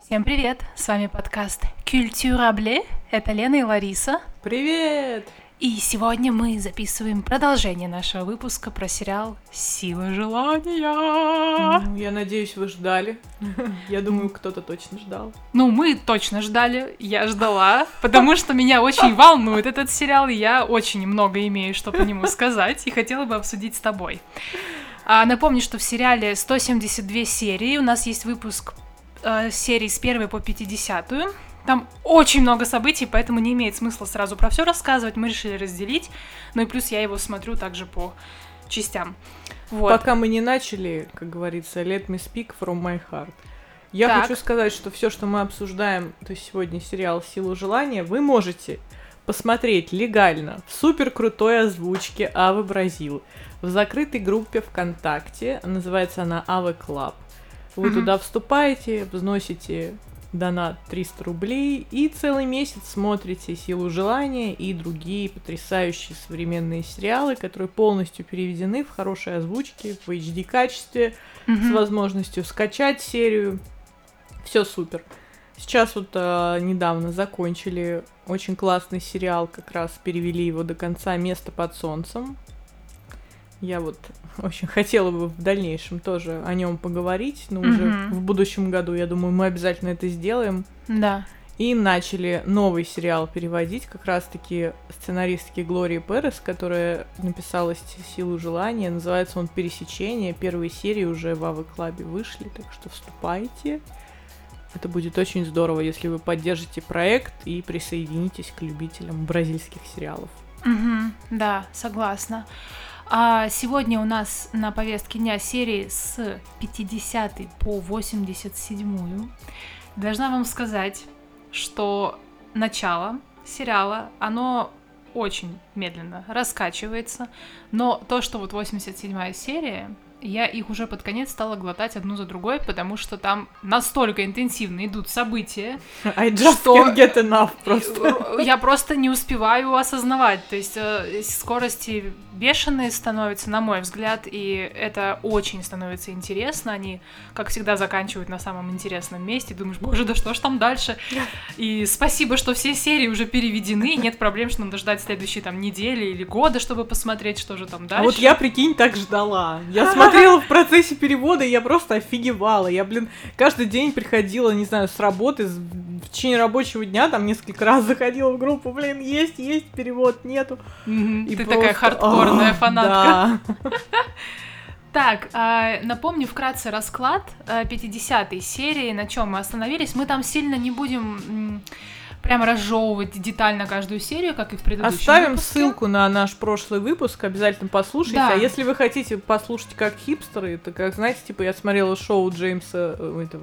Всем привет! С вами подкаст Культюрабле. Это Лена и Лариса. Привет! И сегодня мы записываем продолжение нашего выпуска про сериал «Сила желания». Я надеюсь, вы ждали. Я думаю, кто-то точно ждал. Мы точно ждали, я ждала, потому что меня очень волнует этот сериал, и я очень много имею, что по нему сказать, и хотела бы обсудить с тобой. Напомню, что в сериале 172 серии, у нас есть выпуск серий с 1 по 50-ю. Там очень много событий, поэтому не имеет смысла сразу про все рассказывать. Мы решили разделить. Ну и плюс я его смотрю также по частям. Вот. Пока мы не начали, как говорится, let me speak from my heart. Я хочу сказать, что все, что мы обсуждаем, то есть сегодня сериал «Силу желания», вы можете посмотреть легально в супер крутой озвучке Авы Бразил в закрытой группе ВКонтакте. Называется она Ava Club. Вы туда вступаете, взносите донат 300 рублей и целый месяц смотрите «Силу желания» и другие потрясающие современные сериалы, которые полностью переведены в хорошей озвучке, в HD-качестве, с возможностью скачать серию. Все супер. Сейчас вот недавно закончили очень классный сериал, как раз перевели его до конца «Место под солнцем». Я вот очень хотела бы в дальнейшем тоже о нем поговорить, но уже в будущем году, я думаю, мы обязательно это сделаем. Да. И начали новый сериал переводить, как раз-таки сценаристки Глории Перес, которая написала «Силу желания». Называется он «Пересечение». Первые серии уже в Ava Club вышли, так что вступайте. Это будет очень здорово, если вы поддержите проект и присоединитесь к любителям бразильских сериалов. Да, согласна. А сегодня у нас на повестке дня серии с 50 по 87. Должна вам сказать, что начало сериала, оно очень медленно раскачивается, но то, что вот 87-я серия, я их уже под конец стала глотать одну за другой, потому что там настолько интенсивно идут события, I just can't get enough просто. Я просто не успеваю осознавать. То есть скорости бешеные становятся, на мой взгляд, и это очень становится интересно. Они, как всегда, заканчивают на самом интересном месте. Думаешь, боже, да что ж там дальше? И спасибо, что все серии уже переведены, нет проблем, что надо ждать следующие там недели или года, чтобы посмотреть, что же там дальше. А вот я, прикинь, так ждала. Я смотрела в процессе перевода, и я просто офигевала. Я, каждый день приходила, не знаю, с работы, в течение рабочего дня, там несколько раз заходила в группу, есть перевод, нету. И ты просто... такая хардкорная фанатка. Да. Так, напомню вкратце расклад 50-й серии, на чем мы остановились. Мы там сильно не будем прямо разжевывать детально каждую серию, как и в предыдущем Оставим выпуске. Ссылку на наш прошлый выпуск, обязательно послушайте. Да. А если вы хотите послушать как хипстеры, то, как знаете, типа я смотрела шоу Джеймса,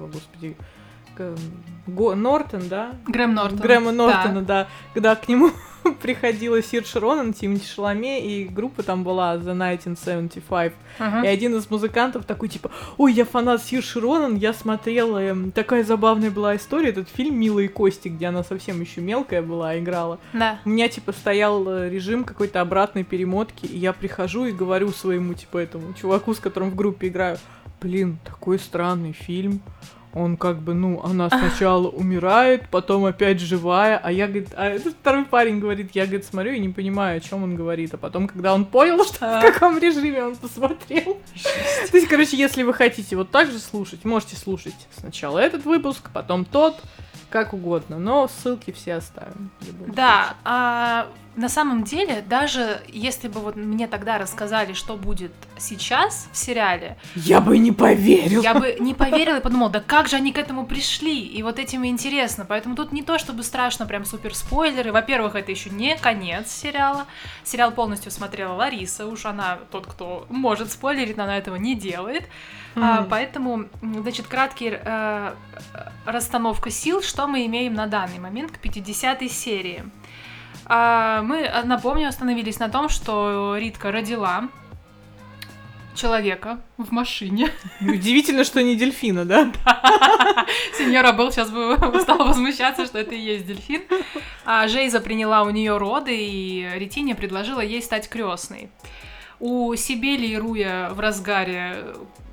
Нортон, да? Грэма Нортона, да. Когда к нему приходила Сирж Ронан, Тимоти Шаламе, и группа там была The 1975. И один из музыкантов такой, типа, ой, я фанат Сирж Ронан, я смотрела, такая забавная была история, этот фильм «Мила и Кости», где она совсем еще мелкая была, играла. Да. У меня, типа, стоял режим какой-то обратной перемотки, и я прихожу и говорю своему, типа, этому чуваку, с которым в группе играю, такой странный фильм. Он она сначала умирает, потом опять живая, а я, говорит, этот второй парень говорит, я, говорит, смотрю и не понимаю, о чем он говорит, а потом, когда он понял, что в каком режиме он посмотрел. То есть, короче, если вы хотите вот так же слушать, можете слушать сначала этот выпуск, потом тот, как угодно, но ссылки все оставим. Да, на самом деле, даже если бы вот мне тогда рассказали, что будет сейчас в сериале... Я бы не поверила. Я бы не поверила и подумала, да как же они к этому пришли? И вот этим и интересно. Поэтому тут не то, чтобы страшно, прям супер спойлеры. Во-первых, это еще не конец сериала. Сериал полностью смотрела Лариса. Уж она тот, кто может спойлерить, но она этого не делает. Поэтому, значит, краткая расстановка сил, что мы имеем на данный момент к 50-й серии. Мы, напомню, остановились на том, что Ритка родила человека в машине. Удивительно, что не дельфина, да? Сеньора Белл сейчас бы стала возмущаться, что это и есть дельфин. Жейза приняла у нее роды, и Ретине предложила ей стать крестной. У Сибели и Руя в разгаре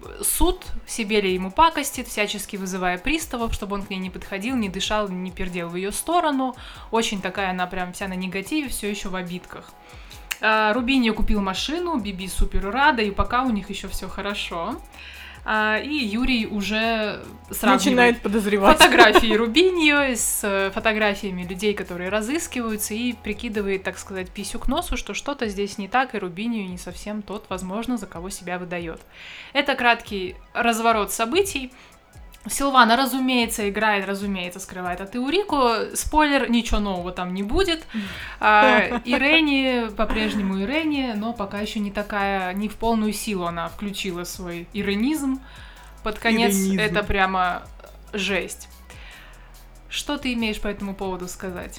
суд, Сибелия ему пакостит, всячески вызывая приставов, чтобы он к ней не подходил, не дышал, не пердел в ее сторону. Очень такая она прям вся на негативе, все еще в обидках. Рубиньо купил машину, Биби супер рада, и пока у них еще все хорошо. И Юрий уже сравнивает начинает подозревать фотографии Рубиньо с фотографиями людей, которые разыскиваются, и прикидывает, так сказать, писю к носу, что что-то здесь не так, и Рубиньо не совсем тот, возможно, за кого себя выдает. Это краткий разворот событий. Силвана, разумеется, играет, разумеется, скрывает от Эурико. Спойлер, ничего нового там не будет. Ирэни, по-прежнему Ирэни, но пока еще не такая, не в полную силу она включила свой иронизм. Под конец это прямо жесть. Что ты имеешь по этому поводу сказать?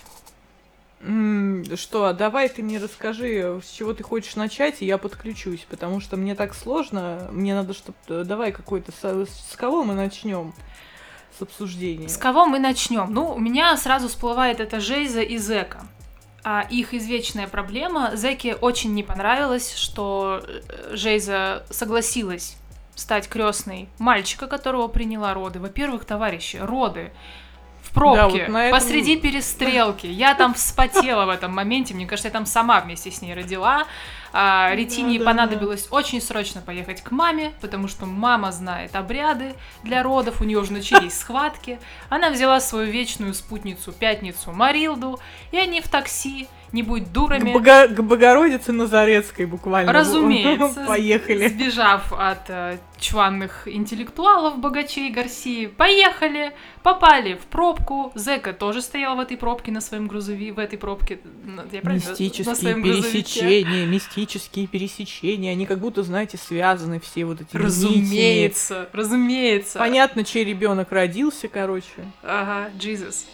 Что, давай ты мне расскажи, с чего ты хочешь начать, и я подключусь, потому что мне так сложно, мне надо, чтобы... Давай какой-то... С кого мы начнем с обсуждения? С кого мы начнем? Ну, у меня сразу всплывает это Жейза и Зека. Их извечная проблема. Зеке очень не понравилось, что Жейза согласилась стать крестной мальчика, которого приняла роды. Во-первых, товарищи, роды в пробке, да, вот посреди перестрелки. Я там вспотела в этом моменте. Мне кажется, я там сама вместе с ней родила. Ретине понадобилось очень срочно поехать к маме, потому что мама знает обряды для родов, у нее уже начались схватки. Она взяла свою вечную спутницу, пятницу Марилду, и они в такси, не будь дурами. К Богородице Назарецкой буквально. Разумеется. Поехали. Сбежав от чванных интеллектуалов, богачей Гарсии, поехали, попали в пробку. Зека тоже стоял в этой пробке на своем грузовике, в этой пробке, я правильно? Мистические пересечения, мистические пересечения, они как будто, знаете, связаны все вот эти нитями. Разумеется. Понятно, чей ребенок родился, короче. Ага, Jesus.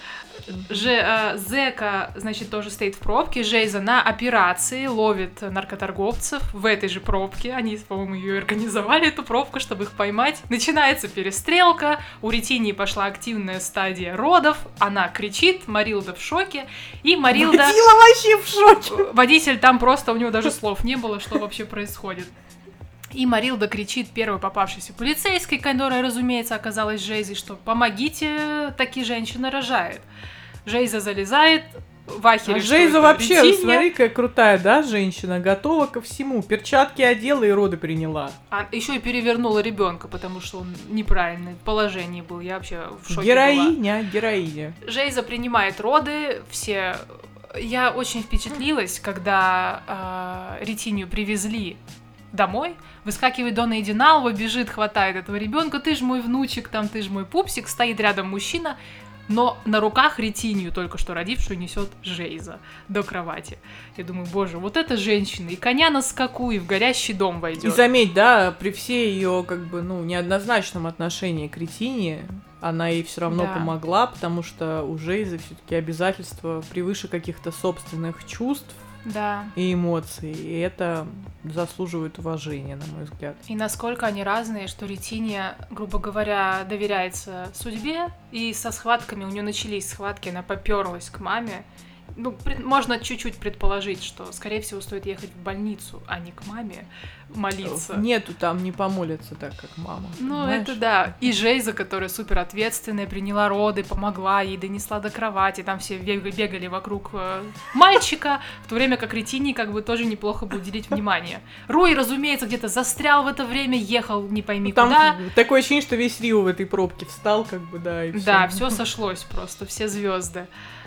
Зека, значит, тоже стоит в пробке. Жейза на операции ловит наркоторговцев в этой же пробке. Они, по-моему, ее организовали, эту пробку, чтобы их поймать. Начинается перестрелка. У Ретинии пошла активная стадия родов. Она кричит, Марилда в шоке. И Марилда... вообще в шоке! Водитель там просто, у него даже слов не было, что вообще происходит. И Марилда кричит первой попавшейся полицейской, которая, разумеется, оказалась Жейзой, что «помогите, таки женщина рожает». Жейза залезает, в ахере, Жейза вообще, Ретиния. Смотри, какая крутая, да, женщина, готова ко всему. Перчатки одела и роды приняла. Еще и перевернула ребенка, потому что он неправильно в положении был. Я вообще в шоке Героиня. Жейза принимает роды, все... Я очень впечатлилась, когда Ретинию привезли домой, выскакивает Дона Эдиналва, бежит, хватает этого ребенка, ты ж мой внучек, там, ты ж мой пупсик, стоит рядом мужчина, но на руках Ретинию, только что родившую, несет Жейза до кровати. Я думаю, боже, вот эта женщина, и коня на скаку, и в горящий дом войдет. И заметь, да, при всей ее, как бы, неоднозначном отношении к Ретине, она ей все равно помогла, потому что у Жейзы все-таки обязательства превыше каких-то собственных чувств, и эмоций, и это заслуживает уважения, на мой взгляд. И насколько они разные, что Ретиния, грубо говоря, доверяется судьбе, и со схватками, у нее начались схватки, она попёрлась к маме. Можно чуть-чуть предположить, что, скорее всего, стоит ехать в больницу, а не к маме молиться. Нету, там не помолятся так, как мама. Понимаешь? Это да. И Жейза, которая супер ответственная, приняла роды, помогла ей, донесла до кровати, там все бегали вокруг мальчика, в то время как Ретинии как бы тоже неплохо бы уделить внимание. Руи, разумеется, где-то застрял в это время, ехал не пойми там куда. Такое ощущение, что весь Рио в этой пробке встал, как бы, да, и всё. Да, все сошлось просто, все звезды.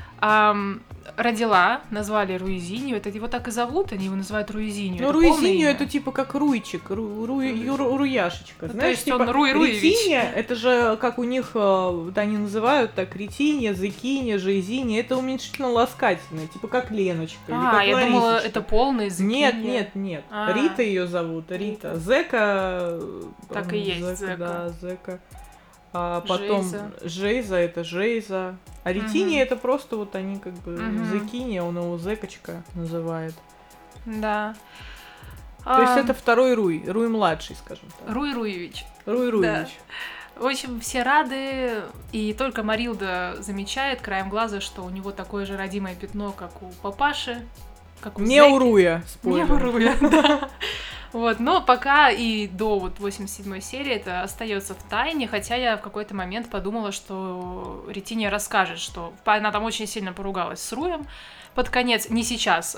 Родила, назвали Руизинью, это его так и зовут, они его называют Руизинью. Ну, Руизинью это типа как Руйчик, Руяшечка. Знаешь, то есть типа, он Руевич. Ретинья, это же, как у них, они называют так, Ретинья, Зекинья, Жейзинья, это уменьшительно-ласкательное, типа как Леночка. Или как я Ларисочка. Думала, это полный Зекинья. Нет. Рита ее зовут, Рита. Зека... Так и есть, Зека. Да, Зека. А потом Жейза это Жейза. А Ретинья это просто вот они как бы Зекинья, он его Зекочка называет. Да. То есть это второй Руй младший, скажем так. Руевич. Руевич. Да. В общем, все рады, и только Марилда замечает краем глаза, что у него такое же родимое пятно, как у папаши, как у Не Зеки. у Руя, спойлер. Не у Руя, да. Вот, но пока и до вот 87-й серии это остается в тайне, хотя я в какой-то момент подумала, что Ретинья расскажет, что она там очень сильно поругалась с Руем под конец, не сейчас,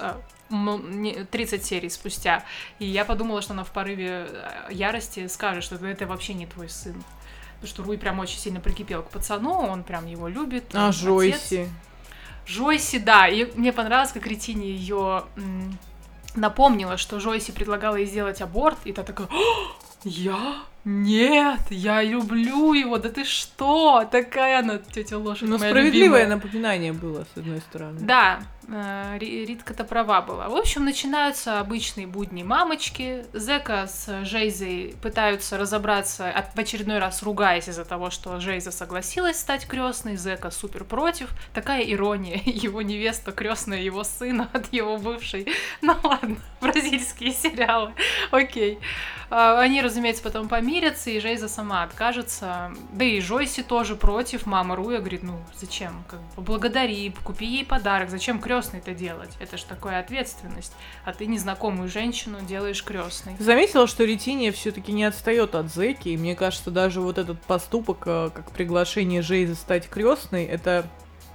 30 серий спустя, и я подумала, что она в порыве ярости скажет, что это вообще не твой сын. Потому что Руй прям очень сильно прикипел к пацану, он прям его любит. А Джойси? Джойси, да, и мне понравилось, как Ретинья ее напомнила, что Джойси предлагала ей сделать аборт, и та такая: я? Нет, я люблю его, да ты что? Такая она, тетя лошадь, моя справедливое любимая. напоминание было, с одной стороны. Да, Ритка-то права была. В общем, начинаются обычные будни мамочки. Зека с Жейзой пытаются разобраться, в очередной раз ругаясь из-за того, что Жейза согласилась стать крестной. Зека супер против. Такая ирония. Его невеста крестная его сына от его бывшей. Ну ладно, бразильские сериалы. Окей. Они, разумеется, потом помирятся, и Жейза сама откажется. Да и Джойси тоже против. Мама Руя говорит: ну зачем? Поблагодари, купи ей подарок. Зачем крестной-то делать? Это ж такая ответственность. А ты незнакомую женщину делаешь крестной. Заметила, что Ретинья все-таки не отстает от Зеки, и мне кажется, даже вот этот поступок, как приглашение Жейзы стать крестной, это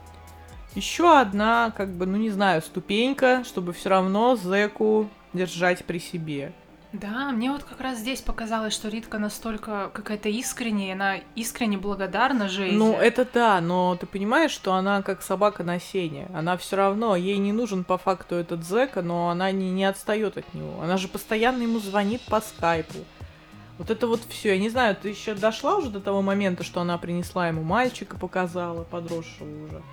еще одна, ну не знаю, ступенька, чтобы все равно Зеку держать при себе. Да, мне вот как раз здесь показалось, что Ритка настолько какая-то искренняя, она искренне благодарна Жейзе. Ну, это да, но ты понимаешь, что она как собака на сене. Она все равно, ей не нужен по факту этот Зека, но она не отстает от него. Она же постоянно ему звонит по скайпу. Вот это вот все. Я не знаю, ты еще дошла уже до того момента, что она принесла ему мальчика, показала, подросшего уже?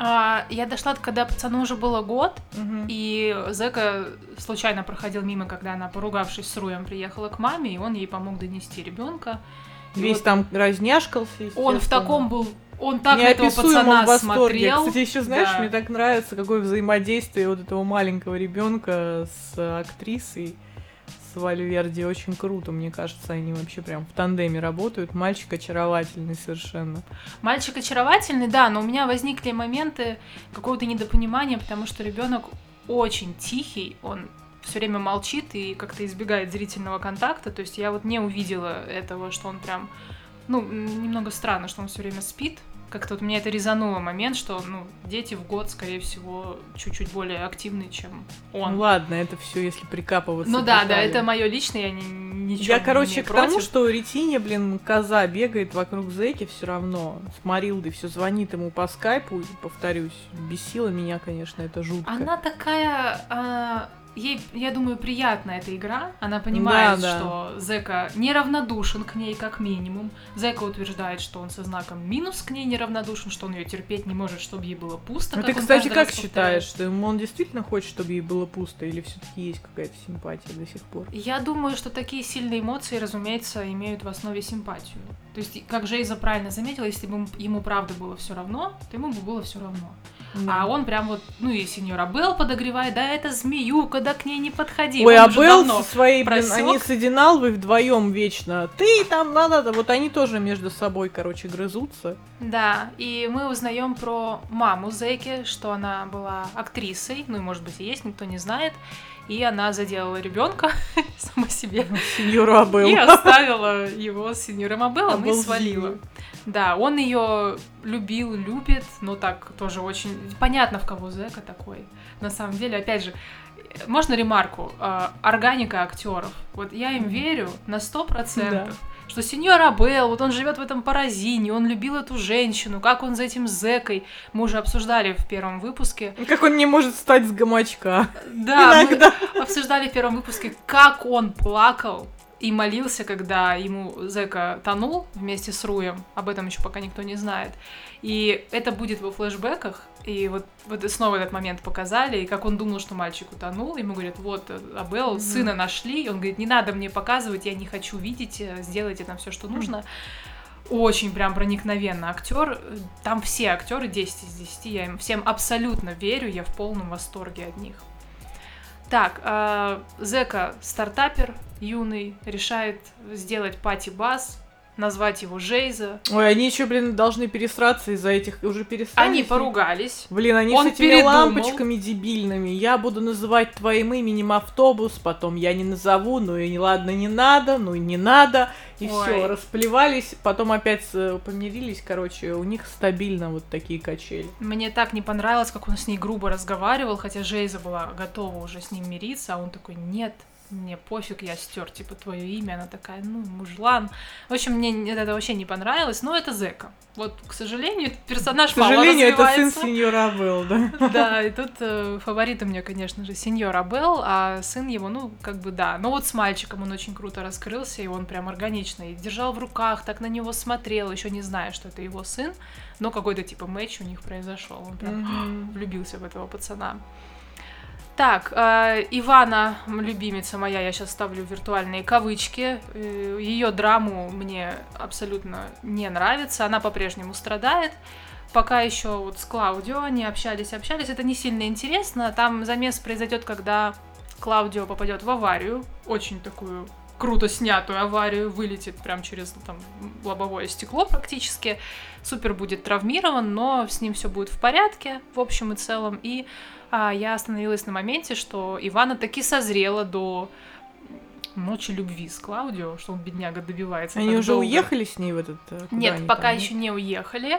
Я дошла, когда пацану уже было год, и Зека случайно проходил мимо, когда она, поругавшись с Руем, приехала к маме, и он ей помог донести ребенка. Весь вот там разняшкался, он в таком был, он так на этого пацана смотрел. Кстати, еще знаешь, да. Мне так нравится, какое взаимодействие вот этого маленького ребенка с актрисой. Вальверди, очень круто, мне кажется, они вообще прям в тандеме работают. Мальчик очаровательный совершенно. Мальчик очаровательный, да, но у меня возникли моменты какого-то недопонимания, потому что ребенок очень тихий, он все время молчит и как-то избегает зрительного контакта, то есть я вот не увидела этого, что он прям, немного странно, что он все время спит. Как-то вот меня это резануло момент, что, дети в год, скорее всего, чуть-чуть более активны, чем он. Ну ладно, это все, если прикапываться. Ну да, это мое личное, я ничего я, не к против. тому, что Ретинья, коза бегает вокруг Зеки все равно. С Марилдой все звонит ему по скайпу, и, повторюсь, бесила меня, конечно, это жутко. Она такая... Ей, я думаю, приятна эта игра. Она понимает, что Зека неравнодушен к ней, как минимум. Зека утверждает, что он со знаком минус к ней неравнодушен, что он ее терпеть не может, чтобы ей было пусто. Ты, кстати, как считаешь, что он действительно хочет, чтобы ей было пусто, или все-таки есть какая-то симпатия до сих пор? Я думаю, что такие сильные эмоции, разумеется, имеют в основе симпатию. То есть, как Жейза правильно заметила, если бы ему правда было все равно, то ему бы было все равно. А он прям вот, и сеньора Белл подогревает: да это змеюка, да к ней не подходи. Ой, а Белл со своей, они с Эдиналвой вдвоем вечно. Ты там, вот они тоже между собой, грызутся. Да, и мы узнаем про маму Зеки, что она была актрисой, и может быть и есть, никто не знает. И она заделала ребенка сама себе. Сеньору Абеллу. И оставила его с сеньором Абеллом и свалила. Да, он ее любил, любит, но так тоже очень... Понятно, в кого Зека такой. На самом деле, опять же, можно ремарку? Органика актеров. Вот я им верю на 100%. Да. Что сеньор Абелл, вот он живет в этом паразине, он любил эту женщину, как он за этим Зекой. Мы уже обсуждали в первом выпуске. Как он не может встать с гамачка. Да, иногда. Мы обсуждали в первом выпуске, как он плакал и молился, когда ему Зека тонул вместе с Руем. Об этом еще пока никто не знает. И это будет во флешбеках. И вот снова этот момент показали, и как он думал, что мальчик утонул. Ему говорят: вот, Абелл, сына нашли. И он говорит: не надо мне показывать, я не хочу видеть, сделайте там все, что нужно. Очень прям проникновенно актер. Там все актеры 10 из 10. Я им всем абсолютно верю, я в полном восторге от них. Так, Зека, стартапер юный, решает сделать пати-бас назвать его Жейза. Ой, они еще, блин, должны пересраться из-за этих, уже перестали. Они поругались. Блин, они он с этими передумал. лампочками дебильными. Я буду называть твоим именем автобус, потом я не назову, ну и ладно, не надо, ну и не надо. И все, расплевались, потом опять помирились, короче, у них стабильно вот такие качели. Мне так не понравилось, как он с ней грубо разговаривал, хотя Жейза была готова уже с ним мириться, а он такой: нет, мне пофиг, я стер, типа, твое имя. Она такая: ну, мужлан. В общем, мне это вообще не понравилось, но это Зека. Вот, к сожалению, персонаж мало развивается. К сожалению, это сын сеньора Абел, да? Да, и тут фаворит у меня, конечно же, сеньор Абел, а сын его, ну, как бы да. Но вот с мальчиком он очень круто раскрылся, и он прям органично и держал в руках, так на него смотрел, еще не зная, что это его сын, но какой-то типа матч у них произошел. Он прям влюбился в этого пацана. Так, Ивана, любимица моя, я сейчас ставлю виртуальные кавычки. Ее драму мне абсолютно не нравится, она по-прежнему страдает. Пока еще вот с Клаудио они общались. Это не сильно интересно. Там замес произойдет, когда Клаудио попадет в аварию, очень такую круто снятую аварию, вылетит прям через там лобовое стекло практически. Супер будет травмирован, но с ним все будет в порядке, в общем и целом. И я остановилась на моменте, что Ивана таки созрела до ночи любви с Клаудио, что он, бедняга, добивается. Они уже уехали с ней в этот... Нет, пока еще не уехали.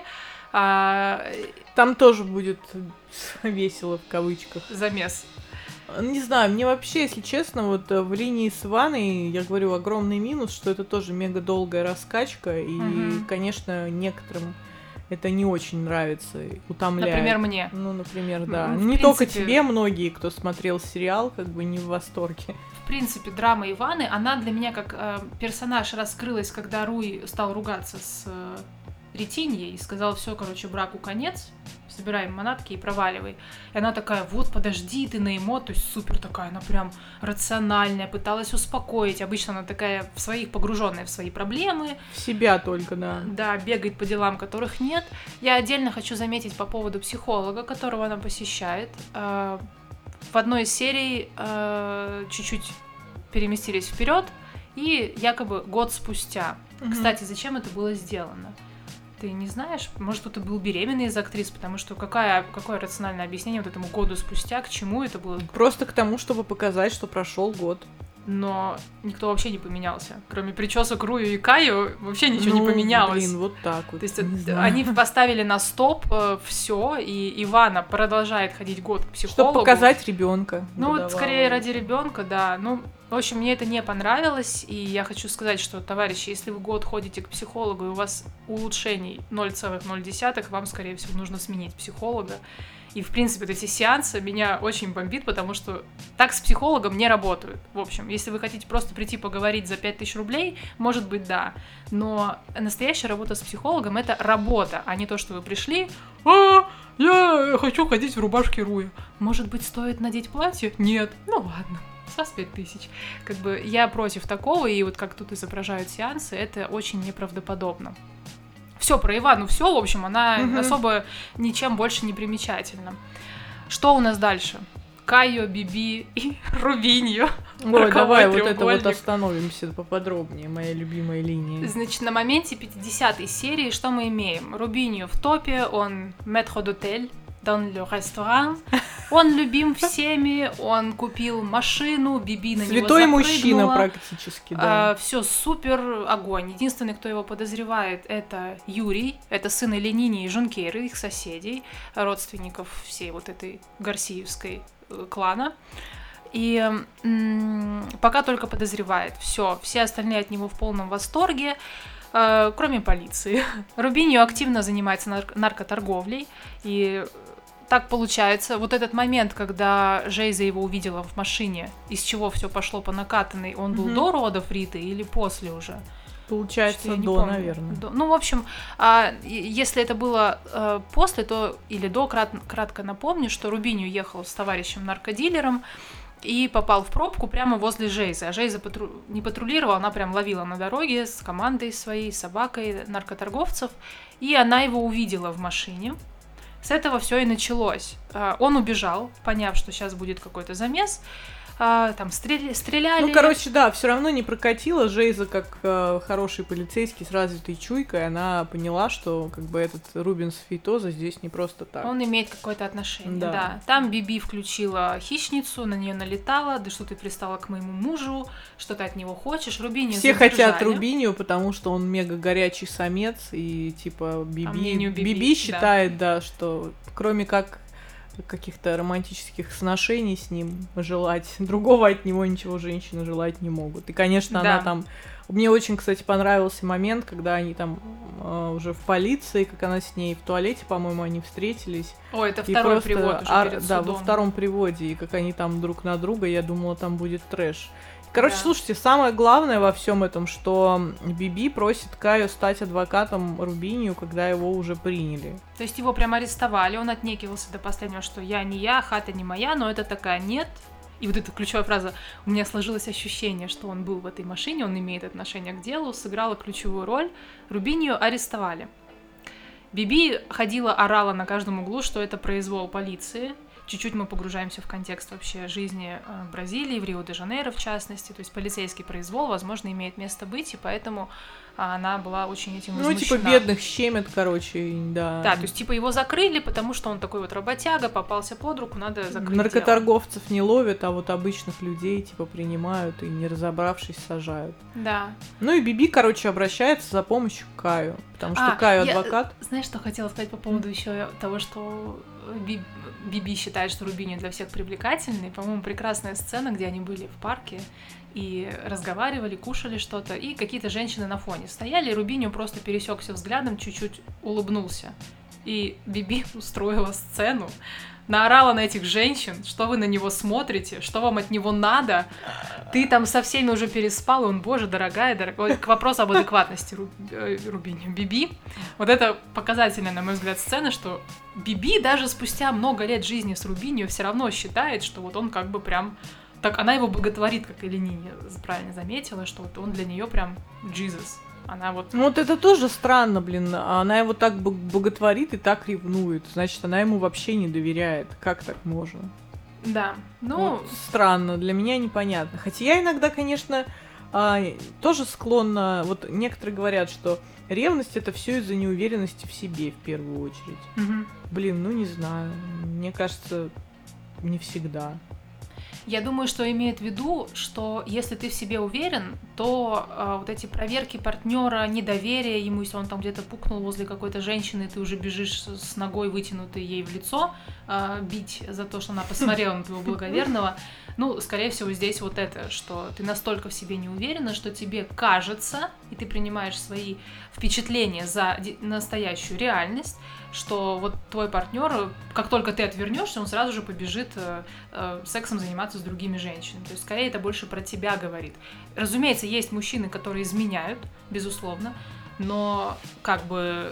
Там тоже будет весело, в кавычках. Замес. Не знаю, мне вообще, если честно, вот в линии с Иваной, я говорю, огромный минус, что это тоже мега долгая раскачка, и, конечно, некоторым это не очень нравится, утомляет. Например, мне. Ну, например, да. Не только тебе, многие, кто смотрел сериал, как бы не в восторге. В принципе, драма Иваны, она для меня как персонаж раскрылась, когда Руй стал ругаться с Ретиньей и сказал: все, короче, браку конец, собираем манатки и проваливай. И она такая: вот, подожди, ты на эмо, то есть супер такая, она прям рациональная, пыталась успокоить. Обычно она такая в своих, погруженная в свои проблемы. В себя только, да. Да, бегает по делам, которых нет. Я отдельно хочу заметить по поводу психолога, которого она посещает. В одной из серий чуть-чуть переместились вперед, и якобы год спустя. Кстати, зачем это было сделано? Ты не знаешь? Может, кто-то был беременный из актрис, потому что какое рациональное объяснение вот этому году спустя, к чему это было? Просто к тому, чтобы показать, что прошел год. Но никто вообще не поменялся. Кроме причесок Рую и Каю, вообще ничего не поменялось. Блин, вот так вот. То есть они поставили на стоп все, и Ивана продолжает ходить год к психологу. Чтобы показать ребенка. Ну, вот скорее ради ребенка, да. Ну, в общем, мне это не понравилось, и я хочу сказать, что, товарищи, если вы год ходите к психологу, и у вас улучшений 0,0, вам, скорее всего, нужно сменить психолога. И, в принципе, эти сеансы меня очень бомбит, потому что так с психологом не работают. В общем, если вы хотите просто прийти поговорить за 5000 рублей, может быть, да. Но настоящая работа с психологом — это работа, а не то, что вы пришли: я хочу ходить в рубашке Руя. Может быть, стоит надеть платье? Нет. Ну ладно. С 5000. Как бы я против такого, и вот как тут изображают сеансы, это очень неправдоподобно. Все про Ивану, все, в общем, она особо ничем больше не примечательна. Что у нас дальше? Кайо, Биби и Рубиньо. Ой, давай вот это вот остановимся поподробнее, моя любимая линия. Значит, на моменте 50-й серии что мы имеем? Рубиньо в топе, он maître d'hôtel dans le restaurant. Он любим всеми, он купил машину, Биби на него запрыгнула. Святой мужчина практически, да. Все супер, огонь. Единственный, кто его подозревает, это Юрий, это сын Эленини и Жункейры, их соседей, родственников всей вот этой гарсиевской клана. И пока только подозревает. Все остальные от него в полном восторге, кроме полиции. Рубиньо активно занимается наркоторговлей, и так получается, вот этот момент, когда Жейза его увидела в машине, из чего все пошло по накатанной, он был до родов Риты или после уже? Получается, до, наверное. Ну, в общем, если это было после, то или до, кратко напомню, что Рубиньо ехал с товарищем-наркодилером и попал в пробку прямо возле Жейзы. А Жейза не патрулировала, она прям ловила на дороге с командой своей, с собакой наркоторговцев, и она его увидела в машине. С этого все и началось. Он убежал, поняв, что сейчас будет какой-то замес. там стреляли. Ну, короче, да, все равно не прокатило. Жейза, как хороший полицейский с развитой чуйкой, она поняла, что как бы этот Рубенс Фейтоза здесь не просто так. Он имеет какое-то отношение, да. Там Биби включила хищницу, на нее налетала, да что ты пристала к моему мужу, что ты от него хочешь. Рубинию все задержали. хотят Рубинию, потому что он мега горячий самец, и типа Биби считает, да, что кроме как каких-то романтических сношений с ним желать, другого от него ничего женщины желать не могут. И, конечно, она там... Мне очень, кстати, понравился момент, когда они там уже в полиции, как она с ней в туалете, по-моему, они встретились. Ой, это второй привод уже перед судом. Да, во втором приводе, и как они там друг на друга, я думала, там будет трэш. Короче, слушайте, самое главное во всем этом, что Биби просит Каю стать адвокатом Рубинию, когда его уже приняли. То есть его прям арестовали, он отнекивался до последнего, что я не я, хата не моя, но это такая нет. И вот эта ключевая фраза, у меня сложилось ощущение, что он был в этой машине, он имеет отношение к делу, сыграла ключевую роль, Рубинию арестовали. Биби ходила, орала на каждом углу, что это произвол полиции. Чуть-чуть мы погружаемся в контекст вообще жизни Бразилии, в Рио-де-Жанейро в частности. То есть полицейский произвол, возможно, имеет место быть, и поэтому она была очень этим возмущена. Ну, типа бедных щемят, короче, да. Да, то есть типа его закрыли, потому что он такой вот работяга, попался под руку, надо закрыть наркоторговцев дело. Не ловят, а вот обычных людей типа принимают и, не разобравшись, сажают. Да. Ну и Биби, короче, обращается за помощью к Каю, потому что Каю адвокат. Знаешь, что хотела сказать по поводу еще того, что Биби считает, что Рубинию для всех привлекательный. По-моему, прекрасная сцена, где они были в парке и разговаривали, кушали что-то, и какие-то женщины на фоне стояли, и Рубинию просто пересекся взглядом, чуть-чуть улыбнулся. И Биби устроила сцену, наорала на этих женщин, что вы на него смотрите, что вам от него надо, ты там со всеми уже переспал, и он, боже, дорогая. К вопросу об адекватности Рубинию. Биби, вот это показательная, на мой взгляд, сцена, что Биби даже спустя много лет жизни с Рубинью все равно считает, что вот он как бы прям... Так, она его боготворит, как Элени правильно заметила, что вот он для нее прям Jesus. Она вот... Ну вот это тоже странно, блин. Она его так боготворит и так ревнует. Значит, она ему вообще не доверяет. Как так можно? Да, ну... Вот, странно, для меня непонятно. Хотя я иногда, конечно, тоже склонна... Вот некоторые говорят, что ревность — это все из-за неуверенности в себе, в первую очередь. Угу. Блин, ну не знаю. Мне кажется, не всегда. Я думаю, что имеет в виду, что если ты в себе уверен, то вот эти проверки партнера, недоверие ему, если он там где-то пукнул возле какой-то женщины, ты уже бежишь с ногой, вытянутой ей в лицо, бить за то, что она посмотрела на твоего благоверного. Ну, скорее всего, здесь вот это, что ты настолько в себе не уверена, что тебе кажется, и ты принимаешь свои впечатления за настоящую реальность, что вот твой партнер, как только ты отвернешься, он сразу же побежит сексом заниматься с другими женщинами. То есть, скорее, это больше про тебя говорит. Разумеется, есть мужчины, которые изменяют, безусловно, но как бы...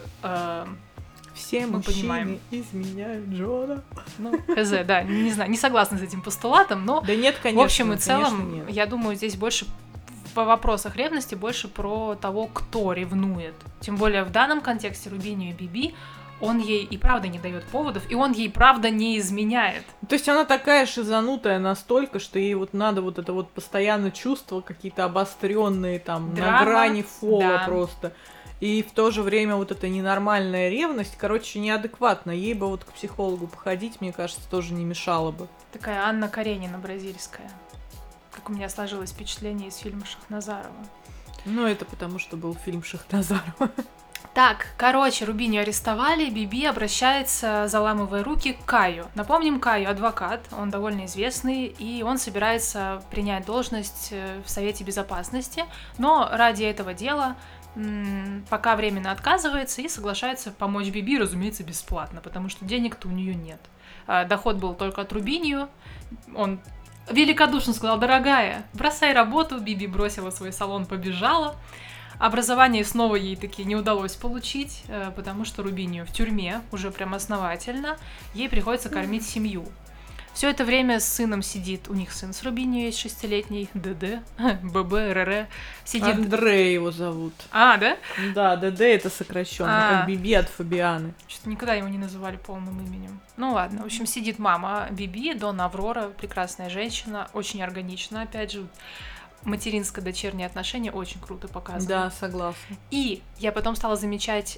Все мы мужчины понимаем. Изменяют Джона. Ну, хз, да, не знаю, не согласна с этим постулатом, но да нет, конечно, в общем и целом, нет. Я думаю, здесь больше по вопросах ревности больше про того, кто ревнует. Тем более в данном контексте Рубинию и Биби он ей и правда не дает поводов, и он ей правда не изменяет. То есть она такая шизанутая настолько, что ей вот надо вот это вот постоянно чувства какие-то обостренные там, драма, на грани фола да. Просто. И в то же время вот эта ненормальная ревность, короче, неадекватна. Ей бы вот к психологу походить, мне кажется, тоже не мешало бы. Такая Анна Каренина бразильская. Как у меня сложилось впечатление из фильма Шахназарова. Ну, это потому, что был фильм Шахназарова. Так, короче, Рубинию арестовали, Биби обращается, заламывая руки, к Каю. Напомним, Каю адвокат, он довольно известный, и он собирается принять должность в Совете Безопасности, но ради этого дела пока временно отказывается и соглашается помочь Биби, разумеется, бесплатно, потому что денег-то у нее нет. Доход был только от Рубинию, он великодушно сказал: дорогая, бросай работу, Биби бросила свой салон, побежала. Образование снова ей таки не удалось получить, потому что Рубинию в тюрьме, уже прям основательно, ей приходится кормить семью. Все это время с сыном сидит, у них сын с Рубинью есть 6-летний, ДД, ББ, РР, сидит... Андрей его зовут. А, да? Да, ДД это сокращенно, как Биби от Фабианы. Что-то никогда его не называли полным именем. Ну ладно, в общем, сидит мама Биби, Дона Аврора, прекрасная женщина, очень органична, опять же, материнско-дочерние отношения очень круто показаны. Да, согласна. И я потом стала замечать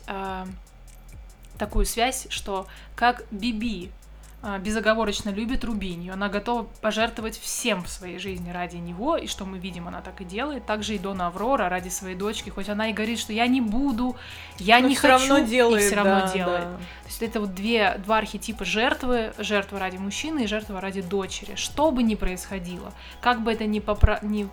такую связь, что как Биби безоговорочно любит Рубинью, она готова пожертвовать всем в своей жизни ради него, и что мы видим, она так и делает. Также и Дона Аврора ради своей дочки, хоть она и говорит, что я не буду, я не хочу, равно делает, и все равно да, делает. Да. То есть это вот два архетипа жертвы, жертва ради мужчины и жертва ради дочери. Что бы ни происходило, как бы это не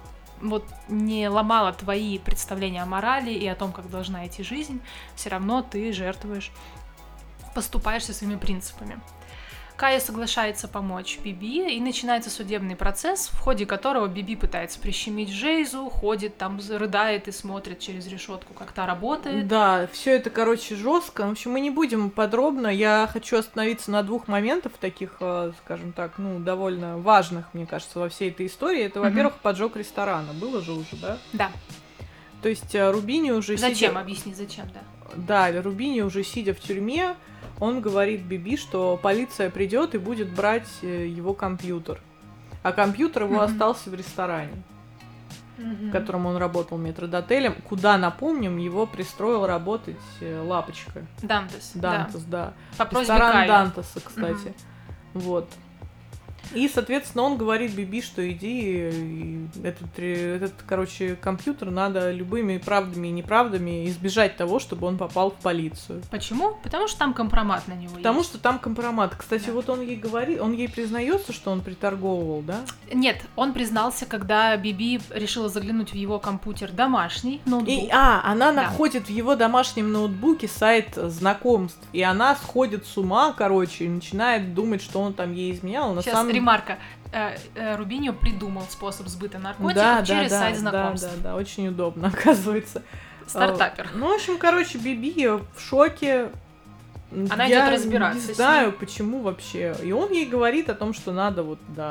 ломало твои представления о морали и о том, как должна идти жизнь, все равно ты жертвуешь, поступаешь со своими принципами. Кая соглашается помочь Биби, и начинается судебный процесс, в ходе которого Биби пытается прищемить Жейзу, ходит там, рыдает и смотрит через решетку, как та работает. Да, все это, короче, жестко. В общем, мы не будем подробно. Я хочу остановиться на 2 моментах, таких, скажем так, довольно важных, мне кажется, во всей этой истории. Это, во-первых, поджог ресторана. Было же уже, да? Да. То есть Рубини уже Зачем? Объясни, зачем, да. Да, Рубини уже сидя в тюрьме, он говорит Биби, что полиция придет и будет брать его компьютер. А компьютер его остался в ресторане, в котором он работал метрдотелем, куда, напомним, его пристроил работать Лапочка. Дантес, да. По просьбе Ресторан Кая. Дантеса, кстати. Вот. И, соответственно, он говорит Биби, что иди, этот, короче, компьютер надо любыми правдами и неправдами избежать того, чтобы он попал в полицию. Почему? Потому что там компромат на него Потому есть. что там компромат. Кстати, Да. вот он ей говорит, он ей признается, что он приторговывал, да? Нет, он признался, когда Биби решила заглянуть в его компьютер домашний, ноутбук. Она Да. находит в его домашнем ноутбуке сайт знакомств, и она сходит с ума, короче, и начинает думать, что он там ей изменял. Сейчас ремарка. Рубинью придумал способ сбыта наркотиков через сайт знакомств. Да, очень удобно, оказывается. Стартапер. Ну, в общем, короче, Биби в шоке. Она идет разбираться. Не знаю, почему вообще. И он ей говорит о том, что надо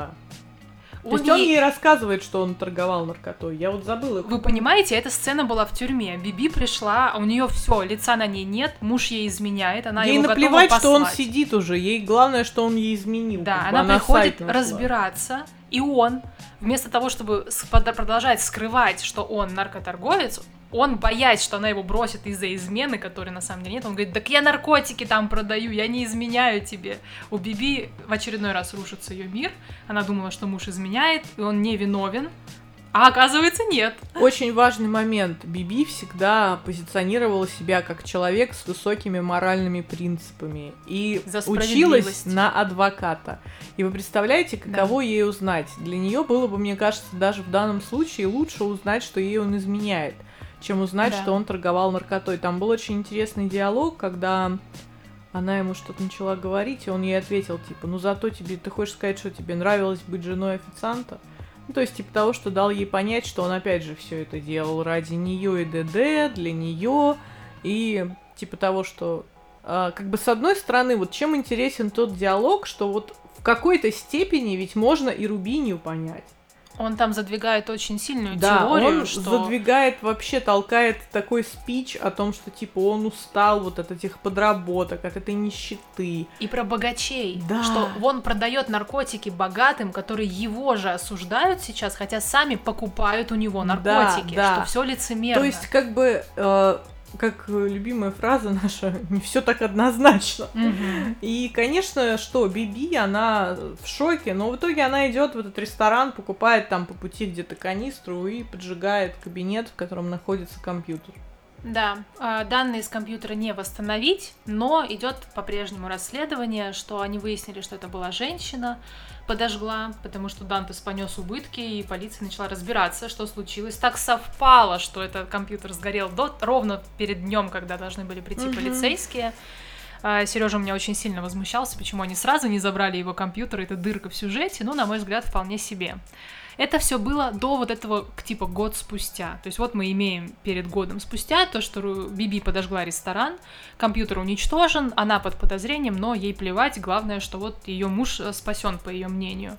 То есть он ей ей рассказывает, что он торговал наркотой. Я вот забыла. Вы понимаете, эта сцена была в тюрьме. Биби пришла, а у нее все, лица на ней нет, муж ей изменяет, она ей его наплевать, готова что он послать. сидит уже. Ей главное, что он ей изменил. Да, как бы она приходит сайт нашла. разбираться, и он, вместо того, чтобы продолжать скрывать, что он наркоторговец, он, боясь, что она его бросит из-за измены, которой на самом деле нет, он говорит, так я наркотики там продаю, я не изменяю тебе. У Биби в очередной раз рушится ее мир, она думала, что муж изменяет, и он не виновен, а оказывается нет. Очень важный момент. Биби всегда позиционировала себя как человек с высокими моральными принципами и училась на адвоката. И вы представляете, каково ей узнать? Для нее было бы, мне кажется, даже в данном случае лучше узнать, что ей он изменяет, чем узнать, что он торговал наркотой. Там был очень интересный диалог, когда она ему что-то начала говорить, и он ей ответил, типа, зато ты хочешь сказать, что тебе нравилось быть женой официанта? То есть, типа того, что дал ей понять, что он опять же все это делал ради нее и ДД, для нее, и типа того, что как бы с одной стороны, вот чем интересен тот диалог, что вот в какой-то степени ведь можно и Рубинью понять. Он там задвигает очень сильную теорию, он что... задвигает, вообще толкает такой спич о том, что, типа, он устал вот от этих подработок, от этой нищеты. И про богачей, да. Что он продает наркотики богатым, которые его же осуждают сейчас, хотя сами покупают у него наркотики, да. что все лицемерно. То есть, как бы... как любимая фраза наша, не все так однозначно. И, конечно, что Биби, она в шоке, но в итоге она идет в этот ресторан, покупает там по пути где-то канистру и поджигает кабинет, в котором находится компьютер. Да, данные из компьютера не восстановить, но идет по-прежнему расследование, что они выяснили, что это была женщина, подожгла, потому что Дантес понес убытки, и полиция начала разбираться, что случилось. Так совпало, что этот компьютер сгорел ровно перед днем, когда должны были прийти полицейские. Сережа у меня очень сильно возмущался, почему они сразу не забрали его компьютер, это дырка в сюжете, на мой взгляд, вполне себе. Это все было до вот этого, типа, год спустя. То есть вот мы имеем перед годом спустя то, что Биби подожгла ресторан, компьютер уничтожен, она под подозрением, но ей плевать, главное, что вот ее муж спасен, по ее мнению.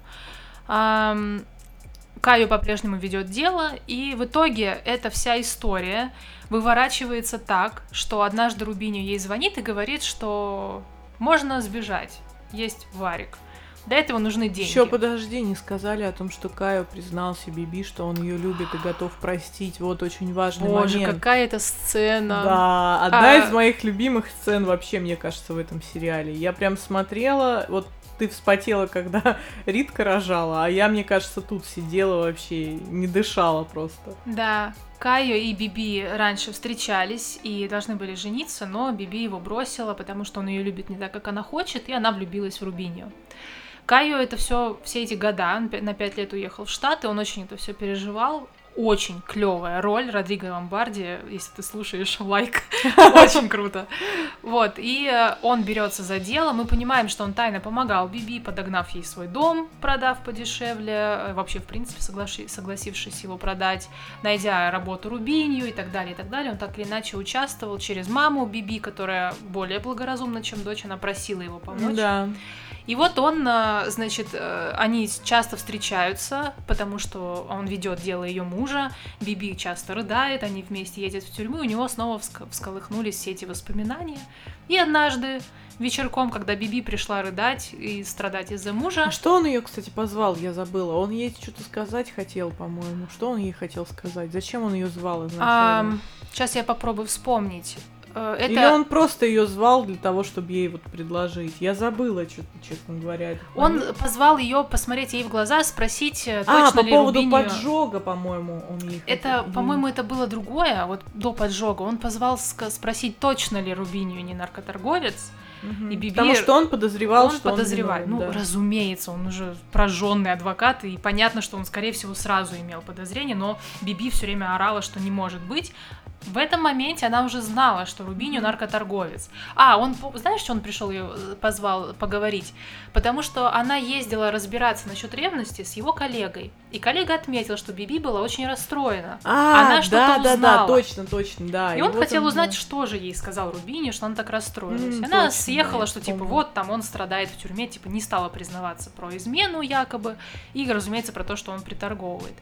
Кайо по-прежнему ведет дело, и в итоге эта вся история выворачивается так, что однажды Рубиньо ей звонит и говорит, что можно сбежать, есть Варик. Для этого нужны деньги. Еще подожди, не сказали о том, что Кайо признался Биби, что он ее любит и готов простить. Вот очень важный момент. Боже, какая это сцена. Да, одна из моих любимых сцен вообще, мне кажется, в этом сериале. Я прям смотрела, вот ты вспотела, когда Ритка рожала, а я, мне кажется, тут сидела вообще, не дышала просто. Да, Кайо и Биби раньше встречались и должны были жениться, но Биби его бросила, потому что он ее любит не так, как она хочет, и она влюбилась в Рубиньо. Кайо это все эти года, он на 5 лет уехал в Штаты, он очень это все переживал. Очень клевая роль Родриго Ломбарди, если ты слушаешь, лайк, очень круто. Вот, и он берется за дело, мы понимаем, что он тайно помогал Биби, подогнав ей свой дом, продав подешевле, вообще, в принципе, согласившись его продать, найдя работу Рубинью и так далее, и так далее. Он так или иначе участвовал через маму Биби, которая более благоразумна, чем дочь, она просила его помочь. Да. И вот он, значит, они часто встречаются, потому что он ведет дело ее мужа, Биби часто рыдает, они вместе едут в тюрьму, у него снова всколыхнулись все эти воспоминания. И однажды вечерком, когда Биби пришла рыдать и страдать из-за мужа... А что он ее, кстати, позвал, я забыла? Он ей что-то сказать хотел, по-моему. Что он ей хотел сказать? Зачем он ее звал изначально? Сейчас я попробую вспомнить. Или он просто ее звал для того, чтобы ей вот предложить? Я забыла, что-то, честно говоря. Он позвал ее посмотреть ей в глаза, спросить, точно ли Рубиньо... по поводу поджога, по-моему, он ей хотел. По-моему, это было другое, вот до поджога. Он позвал спросить, точно ли Рубиньо не наркоторговец. И Биби... Потому что он подозревал, что подозревает. он... Ну, да. Разумеется, он уже прожженный адвокат, и понятно, что он, скорее всего, сразу имел подозрение, но Биби все время орала, что не может быть. В этом моменте она уже знала, что Рубиньо наркоторговец. Он, знаешь, что он пришел ее позвал поговорить? Потому что она ездила разбираться насчет ревности с его коллегой. И коллега отметил, что Биби была очень расстроена. Она что-то узнала. Да, точно, да. И он хотел узнать, что же ей сказал Рубиньо, что она так расстроилась. Она съехала, что типа вот там он страдает в тюрьме, типа не стала признаваться про измену якобы, и, разумеется, про то, что он приторговывает.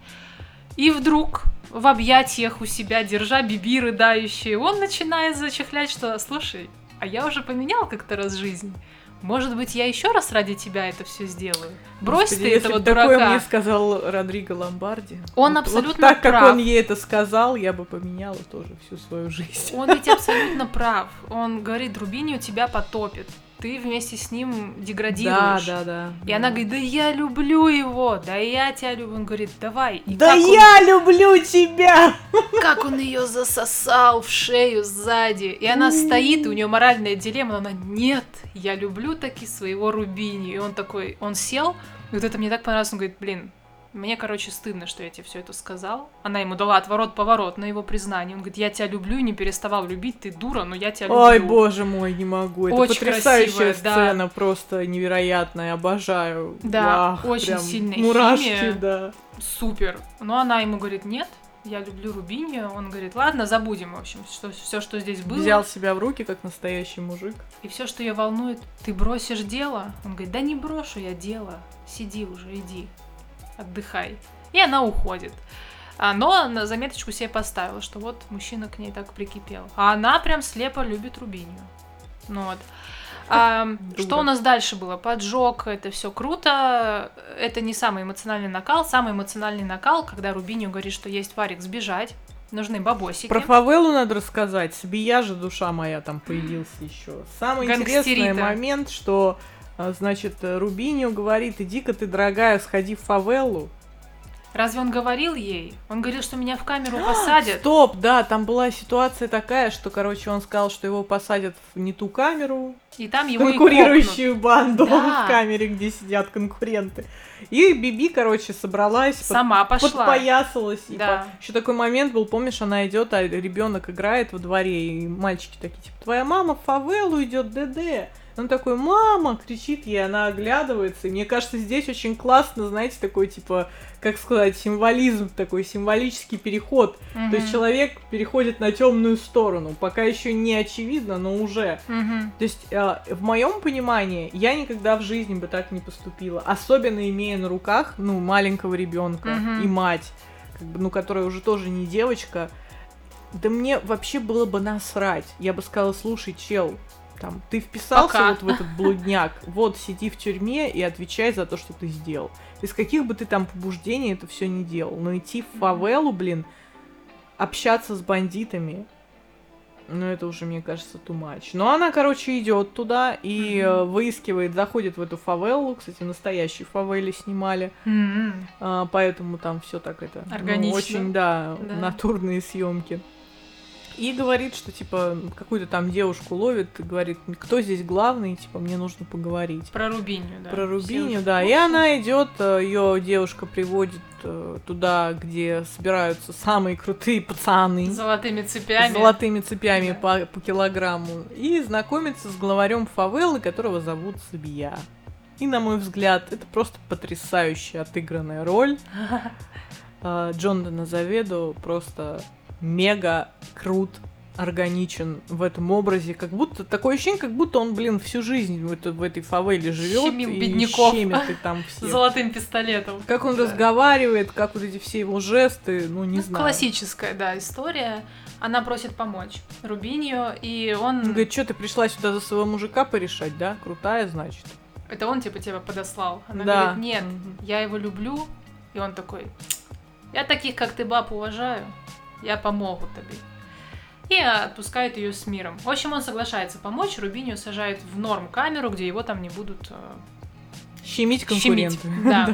И вдруг в объятиях у себя, держа Биби рыдающие, он начинает зачехлять, что «Слушай, а я уже поменял как-то раз жизнь. Может быть, я еще раз ради тебя это все сделаю? Брось ты этого дурака». Такое мне сказал Родриго Ломбарди. Он абсолютно так, прав. Как он ей это сказал, я бы поменяла тоже всю свою жизнь. Он ведь абсолютно прав. Он говорит, Рубиньо тебя потопит. Ты вместе с ним деградируешь. Да. И она говорит, да я люблю его, да я тебя люблю. Он говорит, давай. И да я люблю тебя! Как он ее засосал в шею сзади. И она стоит, и у нее моральная дилемма, она, нет, я люблю таки своего Рубиньо. И он такой, он сел, и вот это мне так понравилось, он говорит, блин, мне, стыдно, что я тебе все это сказал. Она ему дала отворот-поворот на его признание. Он говорит, я тебя люблю и не переставал любить, ты дура, но я тебя люблю. Ой, боже мой, не могу. Это очень потрясающая красивая, сцена, просто невероятная, обожаю. Да, очень сильная мурашки, химия. Да. Супер. Но она ему говорит, нет, я люблю Рубиньо. Он говорит, ладно, забудем, в общем, все, что здесь было. Взял себя в руки, как настоящий мужик. И все, что ее волнует, ты бросишь дело? Он говорит, да не брошу я дело, сиди уже, иди. Отдыхай. И она уходит. Но на заметочку себе поставила, что вот мужчина к ней так прикипел. А она прям слепо любит Рубиньо. Ну вот. Что у нас дальше было? Поджог, это все круто. Это не самый эмоциональный накал. Самый эмоциональный накал, когда Рубиньо говорит, что есть Варик сбежать. Нужны бабосики. Про фавелу надо рассказать. Сбия же, душа моя, там появился еще. Самый интересный момент, что... Значит, Рубиньо говорит, иди-ка ты, дорогая, сходи в фавелу. Разве он говорил ей? Он говорил, что меня в камеру посадят. Стоп, да, там была ситуация такая, что, он сказал, что его посадят в не ту камеру. И там его конкурирующую банду в камере, где сидят конкуренты. И Биби, собралась, сама пошла, подпоясалась. Да. Еще такой момент был, помнишь, она идет, а ребенок играет во дворе, и мальчики такие, типа, твоя мама в фавелу идет, ДД. Он такой, мама, кричит ей, она оглядывается. И мне кажется, здесь очень классно, знаете, такой, типа, как сказать, символизм, такой символический переход. То есть человек переходит на темную сторону. Пока еще не очевидно, но уже. То есть, в моем понимании, я никогда в жизни бы так не поступила. Особенно имея на руках, маленького ребенка и мать, как бы, которая уже тоже не девочка. Да мне вообще было бы насрать. Я бы сказала, слушай, чел, ты вписался вот в этот блудняк, вот сиди в тюрьме и отвечай за то, что ты сделал. Из каких бы ты там побуждений это все не делал. Но идти в фавелу, общаться с бандитами, это уже, мне кажется, too much. Но она, короче, идет туда и выискивает, заходит в эту фавелу. Кстати, настоящие фавели снимали. Поэтому там все так органично. Очень, да, натурные съемки. И говорит, что, типа, какую-то там девушку ловит, и говорит, кто здесь главный, типа, мне нужно поговорить. Про Рубинью, да. Про Рубинью, да. И она идет, ее девушка приводит туда, где собираются самые крутые пацаны. С золотыми цепями. С золотыми цепями по килограмму. И знакомится с главарем фавелы, которого зовут Сабия. И, на мой взгляд, это просто потрясающая отыгранная роль. Джонатан Азаведо просто мега крут, органичен в этом образе. Как будто такое ощущение, как будто он, всю жизнь в этой фавеле живет. Щемил бедняков. Щемит и там всех. Золотым пистолетом. Как он разговаривает, как вот эти все его жесты, не знаю. Классическая, да, история. Она просит помочь Рубинью, и он говорит, что ты пришла сюда за своего мужика порешать, да? Крутая, значит. Это он, типа, тебя подослал. Она говорит, нет, я его люблю. И он такой, я таких, как ты, баб, уважаю. Я помогу тебе. И отпускает ее с миром. В общем, он соглашается помочь. Рубинью сажает в норм-камеру, где его там не будут щемить конкуренты. Да.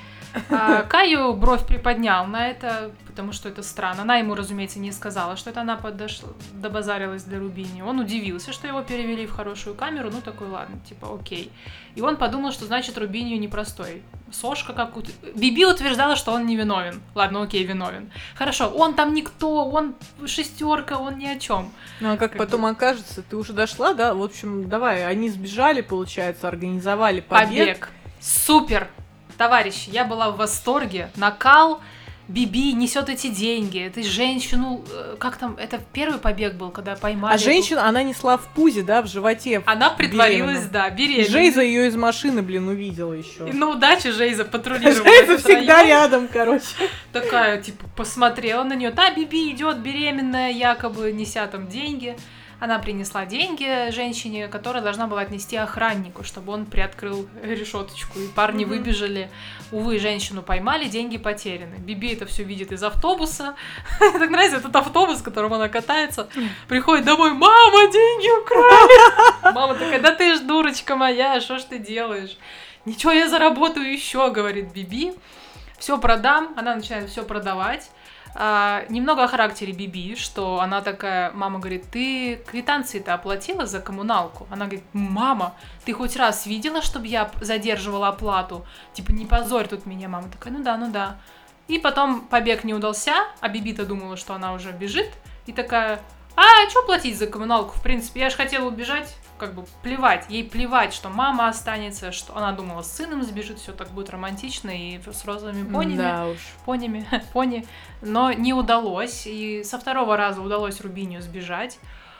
Каю бровь приподнял на это, потому что это странно. Она ему, разумеется, не сказала, что это она добазарилась для Рубинью. Он удивился, что его перевели в хорошую камеру. Такой, ладно, типа, окей. И он подумал, что значит Рубинью непростой. Сошка какую-то... Биби утверждала, что он не виновен. Ладно, окей, виновен. Хорошо, он там никто, он шестерка, он ни о чем. А как потом окажется, ты уже дошла, да? В общем, давай, они сбежали, получается, организовали побег. Супер! Товарищи, я была в восторге. Накал, Биби несет эти деньги. Эту женщину, как там, это первый побег был, когда поймали. А женщина, она несла в пузе, да, в животе. Она притворилась, да, беременной. Жейза ее из машины, увидела еще. И на удачу Жейза патрулировала. Жейза всегда рядом, короче. Такая, типа, посмотрела на нее. Да, Биби идет беременная, якобы неся там деньги. Она принесла деньги женщине, которая должна была отнести охраннику, чтобы он приоткрыл решеточку. И парни выбежали. Увы, женщину поймали, деньги потеряны. Биби это все видит из автобуса. Мне так нравится этот автобус, в котором она катается. Приходит домой, мама, деньги украли! Мама такая, да ты ж дурочка моя, что ж ты делаешь? Ничего, я заработаю еще, говорит Биби. Все продам. Она начинает все продавать. Немного о характере Биби, что она такая, мама говорит, ты квитанции-то оплатила за коммуналку? Она говорит, мама, ты хоть раз видела, чтобы я задерживала оплату? Типа, не позорь тут меня. Мама такая, ну да. И потом побег не удался, а Биби-то думала, что она уже бежит, и такая, что платить за коммуналку? В принципе, я же хотела убежать, как бы плевать, ей плевать, что мама останется, что она думала, с сыном сбежит, все так будет романтично и с розовыми понями. Да уж. Пони. Но не удалось, и со второго раза удалось Рубинью сбежать.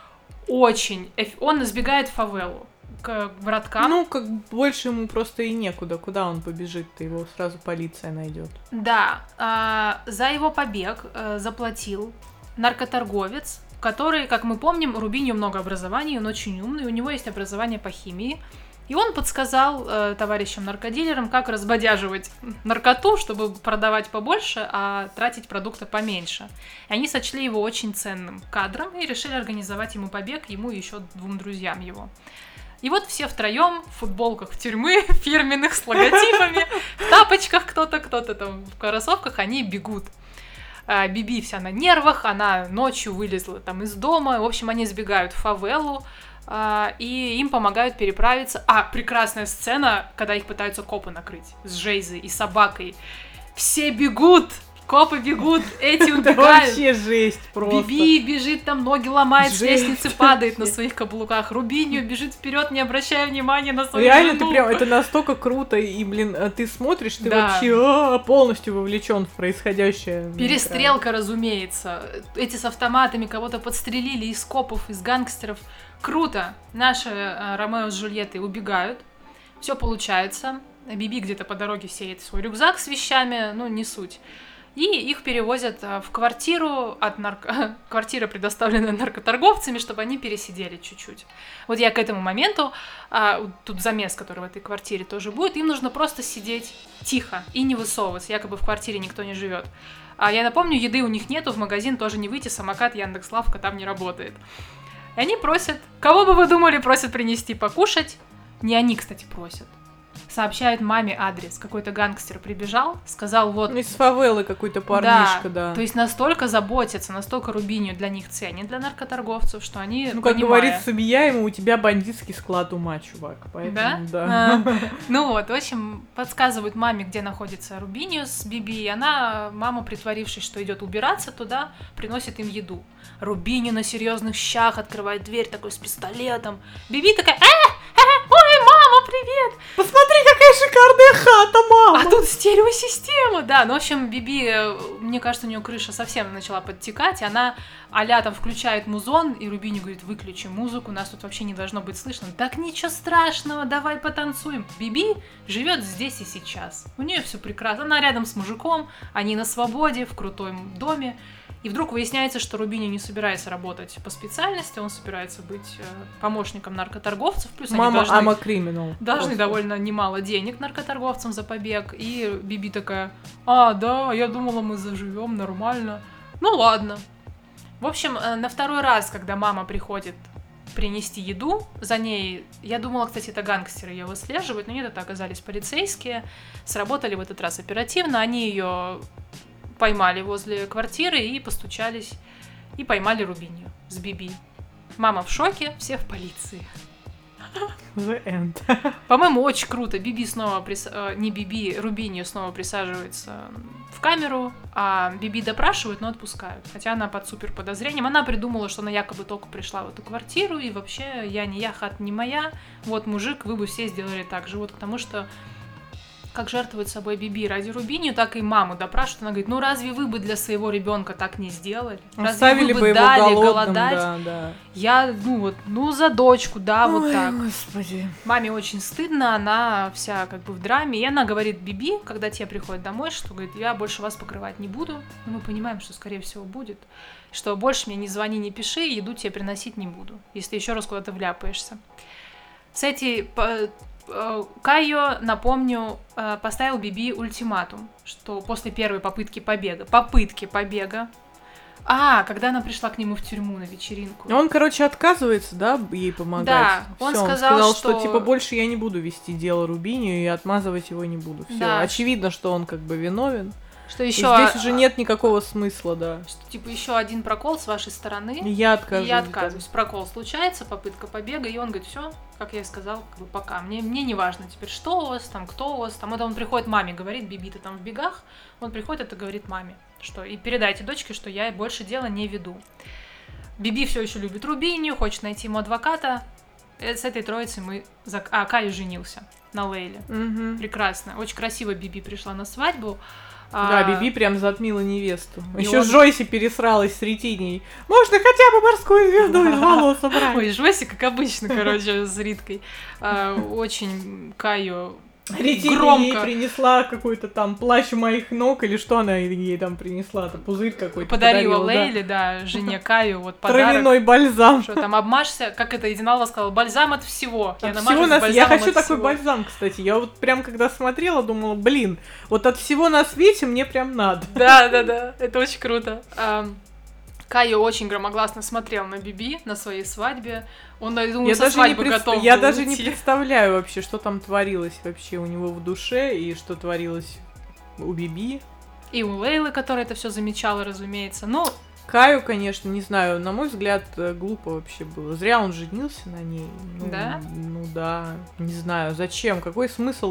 Он избегает фавелу к браткам. Как больше ему просто и некуда. Куда он побежит-то? Его сразу полиция найдет. Да. За его побег заплатил наркоторговец, который, как мы помним, у Рубинью много образований, он очень умный, у него есть образование по химии. И он подсказал товарищам-наркодилерам, как разбодяживать наркоту, чтобы продавать побольше, а тратить продукты поменьше. И они сочли его очень ценным кадром и решили организовать ему побег, ему и еще 2 друзьям его. И вот все втроем в футболках в тюрьмы, фирменных, с логотипами, в тапочках кто-то там в кроссовках, они бегут. Биби вся на нервах, она ночью вылезла там из дома, в общем, они сбегают в фавелу, и им помогают переправиться. Прекрасная сцена, когда их пытаются копы накрыть с Жейзой и собакой. Все бегут, Копы бегут, эти убегают. Это вообще жесть просто. Биби бежит, там ноги ломает, с лестницы падает на своих каблуках. Рубинью бежит вперед, не обращая внимания на свою Реально, жену. ты прям, это настолько круто, и, блин, ты смотришь, ты вообще полностью вовлечен в происходящее. Перестрелка, разумеется. Эти с автоматами кого-то подстрелили из копов, из гангстеров. Круто. Наши Ромео с Джульеттой убегают. Все получается. Биби где-то по дороге сеет свой рюкзак с вещами, ну, не суть. И их перевозят в квартиру, квартира, предоставленная наркоторговцами, чтобы они пересидели чуть-чуть. Вот я к этому моменту, тут замес, который в этой квартире тоже будет, им нужно просто сидеть тихо и не высовываться, якобы в квартире никто не живет. А я напомню, еды у них нету, в магазин тоже не выйти, самокат, Яндекс.Лавка там не работает. И они просят, кого бы вы думали, просят принести покушать? Не они, кстати, просят. Сообщает маме адрес. Какой-то гангстер прибежал, сказал, вот... Из фавелы какой-то парнишка, да. То есть настолько заботятся, настолько Рубинью для них ценят, для наркоторговцев, что они, ну, как говорит Сабияева, у тебя бандитский склад ума, чувак. Поэтому, да? Ну вот, в общем, подсказывают маме, где находится Рубинью с Биби, и мама, притворившись, что идет убираться туда, приносит им еду. Рубинью на серьезных щах открывает дверь такой с пистолетом. Биби такая, ой, мама, привет! Посмотри, какая шикарная хата, мама! А тут стереосистема, да. Ну, в общем, Биби, мне кажется, у нее крыша совсем начала подтекать, и она а-ля там включает музон, и Рубинью говорит, выключи музыку, нас тут вообще не должно быть слышно. Так ничего страшного, давай потанцуем. Биби живет здесь и сейчас. У нее все прекрасно. Она рядом с мужиком, они на свободе, в крутом доме. И вдруг выясняется, что Рубинью не собирается работать по специальности, он собирается быть помощником наркоторговцев, плюс мама, они должны довольно немало денег наркоторговцам за побег. И Биби такая, да, я думала, мы заживем нормально. Ну ладно. В общем, на второй раз, когда мама приходит принести еду, за ней, я думала, кстати, это гангстеры ее выслеживают, но нет, это оказались полицейские, сработали в этот раз оперативно, они ее поймали возле квартиры и постучались, и поймали Рубинью с Биби. Мама в шоке, все в полиции. The end. По-моему, очень круто. Биби снова, Рубинью снова присаживается в камеру, а Биби допрашивают, но отпускают. Хотя она под супер подозрением. Она придумала, что она якобы только пришла в эту квартиру, и вообще я не я, хата не моя. Вот мужик, вы бы все сделали так же. Вот к тому, что как жертвует собой Биби ради Рубинью, так и маму допрашивают. Она говорит, ну разве вы бы для своего ребенка так не сделали? Оставили разве вы бы дали голодать? Да. Я, за дочку, да, вот так. Господи. Маме очень стыдно, она вся как бы в драме. И она говорит Биби, когда те приходят домой, что говорит, я больше вас покрывать не буду. Но мы понимаем, что скорее всего будет. Что больше мне не звони, не пиши, еду тебе приносить не буду, если еще раз куда-то вляпаешься. Кайо, напомню, поставил Биби ультиматум, что после первой попытки побега, когда она пришла к нему в тюрьму на вечеринку. Он, отказывается, да, ей помогать? Да, он сказал, что типа больше я не буду вести дело Рубинью и отмазывать его не буду. Все, да. Очевидно, что он как бы виновен. Что еще... Здесь уже нет никакого смысла, да. Что, типа, еще один прокол с вашей стороны. Я отказываюсь. Прокол случается, попытка побега, и он говорит, все, как я и сказал, как бы пока. Мне не важно теперь, что у вас там, кто у вас там. Вот он приходит маме, говорит, Биби, ты там в бегах. Он приходит и говорит маме, что и передайте дочке, что я больше дела не веду. Биби все еще любит Рубинью, хочет найти ему адвоката. С этой троицей Кайо женился на Лейле. Угу. Прекрасно. Очень красиво Биби пришла на свадьбу. Да, Биби прям затмила невесту. Еще Джойси пересралась с Ретиней. Можно хотя бы морскую звезду из волос убрать. Ой, Джойси, как обычно, с Риткой. Очень Кайо Ретиня ей принесла какой-то там плащ у моих ног, или что она ей там принесла-то, пузырь какой-то. Подарила Лейле, да, жене Каю, вот подарок. Травяной бальзам. Что там, обмажься, как это Единалова сказала, бальзам от всего. Я хочу такой бальзам, кстати. Я вот прям когда смотрела, думала, блин, вот от всего на свете мне прям надо. Да, это очень круто. Кайо очень громогласно смотрел на Биби на своей свадьбе. Он, я думаю, со свадьбы готов был Я даже не представляю вообще, что там творилось вообще у него в душе, и что творилось у Биби. И у Лейлы, которая это все замечала, разумеется. Ну, Каю, конечно, не знаю, на мой взгляд, глупо вообще было. Зря он женился на ней. Да? Ну да, не знаю, зачем, какой смысл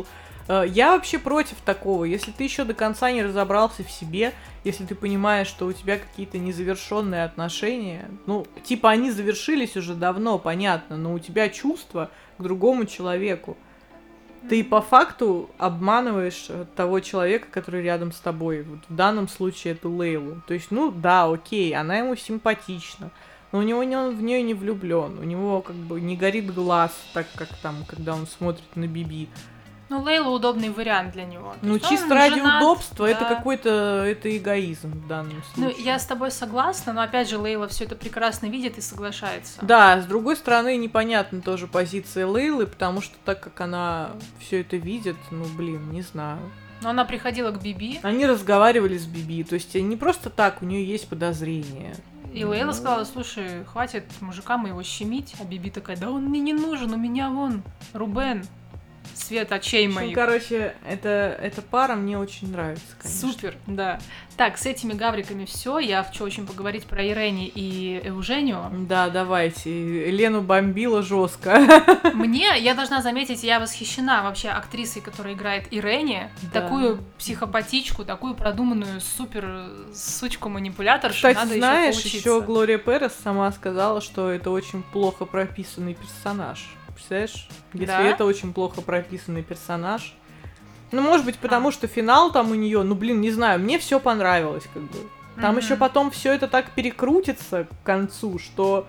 Я вообще против такого. Если ты еще до конца не разобрался в себе, если ты понимаешь, что у тебя какие-то незавершенные отношения, ну, типа они завершились уже давно, понятно, но у тебя чувства к другому человеку. Ты по факту обманываешь того человека, который рядом с тобой. Вот в данном случае это Лейлу. То есть, ну да, окей, она ему симпатична, но у него он в нее не влюблен, у него как бы не горит глаз, так как там, когда он смотрит на Биби. Ну, Лейла удобный вариант для него. Ну, чисто ради удобства, да. Это какой-то эгоизм в данном случае. Ну, я с тобой согласна, но опять же Лейла все это прекрасно видит и соглашается. Да, с другой стороны, непонятна тоже позиция Лейлы, потому что так как она все это видит, ну, блин, не знаю. Но она приходила к Биби. Они разговаривали с Биби, то есть не просто так, у нее есть подозрения. И Лейла сказала: слушай, хватит мужика моего щемить, а Биби такая: да он мне не нужен, у меня вон Рубен. Свет очей моих. Короче, эта пара мне очень нравится, конечно. Супер, да. Так, с этими гавриками все. Я хочу очень поговорить про Ирени и Эужению. Да, давайте. Лену бомбила жестко. Я должна заметить, я восхищена вообще актрисой, которая играет Ирени. Да. Такую психопатичку, такую продуманную супер сучку-манипуляторшу. Кстати, надо знаешь, еще еще Глория Перес сама сказала, что это очень плохо прописанный персонаж. Представляешь? Если это очень плохо прописанный персонаж. Ну, может быть, потому что финал там у нее, ну, блин, не знаю, мне все понравилось, как бы. Там еще потом все это так перекрутится к концу, что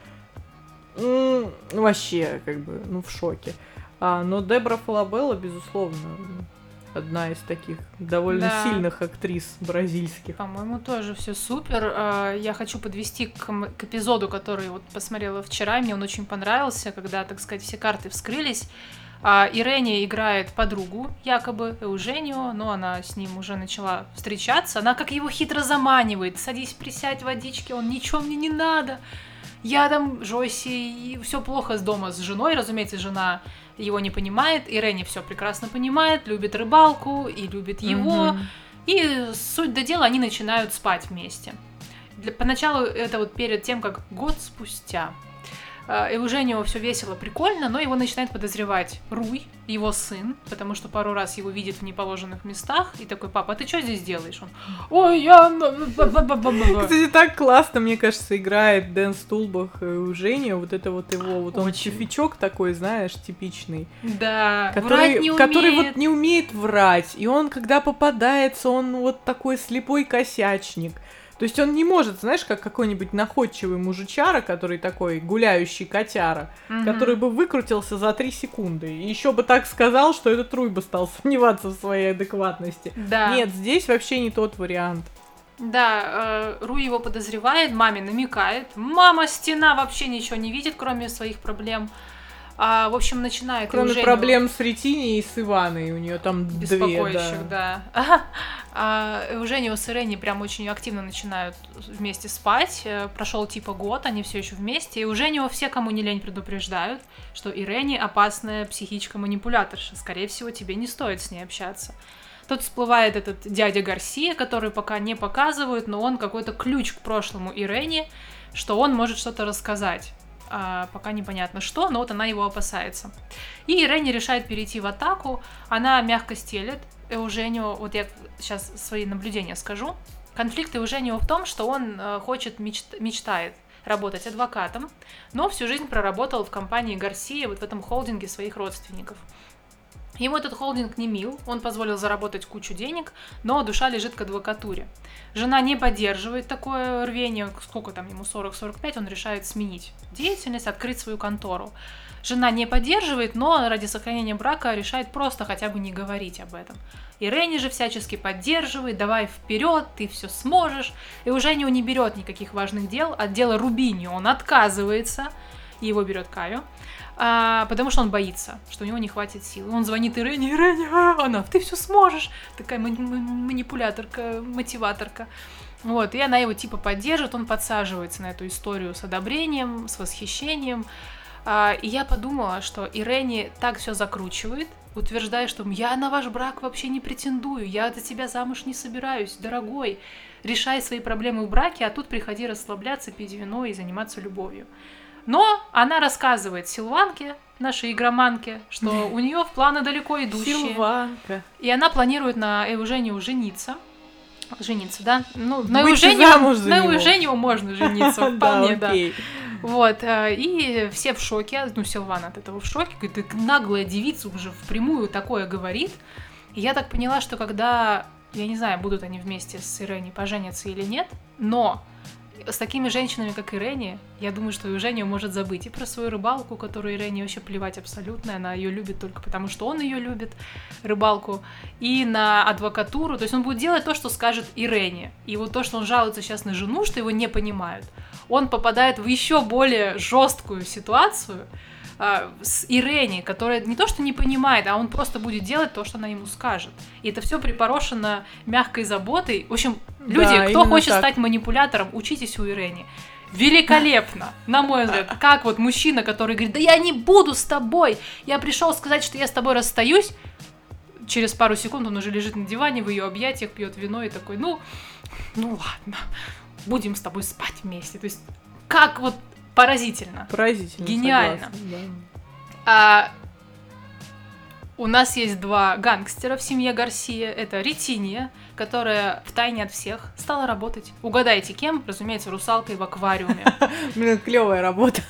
вообще, как бы, ну, в шоке. Но Дебра Фалабелла, безусловно, одна из таких довольно сильных актрис бразильских. По-моему, тоже все супер. Я хочу подвести к эпизоду, который вот посмотрела вчера, и мне он очень понравился, когда, так сказать, все карты вскрылись. Ирени играет подругу, якобы, Эужению, но она с ним уже начала встречаться. Она как его хитро заманивает: садись, присядь, водички, он: ничего мне не надо. Я там Джойси, и все плохо с дома с женой, разумеется, жена его не понимает, Ирени все прекрасно понимает, любит рыбалку и любит его, и суть до дела, они начинают спать вместе. Поначалу это вот перед тем, как год спустя. Эуженио все весело, прикольно, но его начинает подозревать Руй, его сын, потому что пару раз его видит в неположенных местах, и такой: папа, а ты что здесь делаешь? Он: ой, я... Кстати, так классно, мне кажется, играет Дэн Стулбах Эуженио, вот это вот его, вот он чефичок такой, знаешь, типичный. Да, который вот не умеет врать, и он, когда попадается, он вот такой слепой косячник. То есть он не может, знаешь, как какой-нибудь находчивый мужичара, который такой гуляющий котяра, который бы выкрутился за 3 секунды. И еще бы так сказал, что этот Руй бы стал сомневаться в своей адекватности. Да. Нет, здесь вообще не тот вариант. Да, Руй его подозревает, маме намекает. Мама, стена, вообще ничего не видит, кроме своих проблем. В общем, начинает Кроме Эужению... проблем с Ретини и с Иваной, у нее там беспокоящих, 2, да. Эуженио с Ирени прям очень активно начинают вместе спать. Прошел типа год, они все еще вместе. И Эуженио все, кому не лень, предупреждают, что Ирени опасная психичка-манипуляторша. Скорее всего, тебе не стоит с ней общаться. Тут всплывает этот дядя Гарсия, который пока не показывают, но он какой-то ключ к прошлому Ирени, что он может что-то рассказать. Пока непонятно что, но вот она его опасается. И Ирени решает перейти в атаку. Она мягко стелет Эуженио. Вот я сейчас свои наблюдения скажу. Конфликт Эуженио в том, что он мечтает работать адвокатом, но всю жизнь проработал в компании Гарсия, вот в этом холдинге своих родственников. Ему этот холдинг не мил, он позволил заработать кучу денег, но душа лежит к адвокатуре. Жена не поддерживает такое рвение, сколько там ему, 40-45, он решает сменить деятельность, открыть свою контору. Жена не поддерживает, но ради сохранения брака решает просто хотя бы не говорить об этом. Ирени же всячески поддерживает: давай вперед, ты все сможешь. И уже не берет никаких важных дел, от дела Рубини он отказывается, и его берет Кайо. Потому что он боится, что у него не хватит сил. Он звонит Ирене: она: ты все сможешь. Такая манипуляторка, мотиваторка. Вот, и она его типа поддержит, он подсаживается на эту историю с одобрением, с восхищением. И я подумала, что Ирене так все закручивает, утверждая, что я на ваш брак вообще не претендую, я за тебя замуж не собираюсь, дорогой. Решай свои проблемы в браке, а тут приходи расслабляться, пить вино и заниматься любовью. Но она рассказывает Силванке, нашей игроманке, что у нее в планы далеко идущие. Силванка. И она планирует на Эуженио жениться. Жениться, да? Ну, на Эуженио можно жениться, вполне, да. Вот, и все в шоке, ну, Силвана от этого в шоке, говорит, наглая девица уже впрямую такое говорит. И я так поняла, что когда, я не знаю, будут они вместе с Ирени поженятся или нет, но с такими женщинами, как Ирени, я думаю, что Эуженио может забыть и про свою рыбалку, которую Ирени вообще плевать абсолютно, она ее любит только потому, что он ее любит, рыбалку, и на адвокатуру, то есть он будет делать то, что скажет Ирени. И вот то, что он жалуется сейчас на жену, что его не понимают, он попадает в еще более жесткую ситуацию с Ирени, которая не то, что не понимает, а он просто будет делать то, что она ему скажет. И это все припорошено мягкой заботой. В общем, люди, да, кто хочет стать манипулятором, учитесь у Ирени. Великолепно, на мой взгляд. Как вот мужчина, который говорит, да я не буду с тобой, я пришел сказать, что я с тобой расстаюсь. Через пару секунд он уже лежит на диване в ее объятиях, пьет вино и такой, ну ладно, будем с тобой спать вместе. То есть, как вот поразительно. Поразительно. Гениально. Согласна, да. У нас есть два гангстера в семье Гарсия. Это Ретинья, которая втайне от всех стала работать. Угадайте, кем? Разумеется, русалкой в аквариуме. Блин, клевая работа.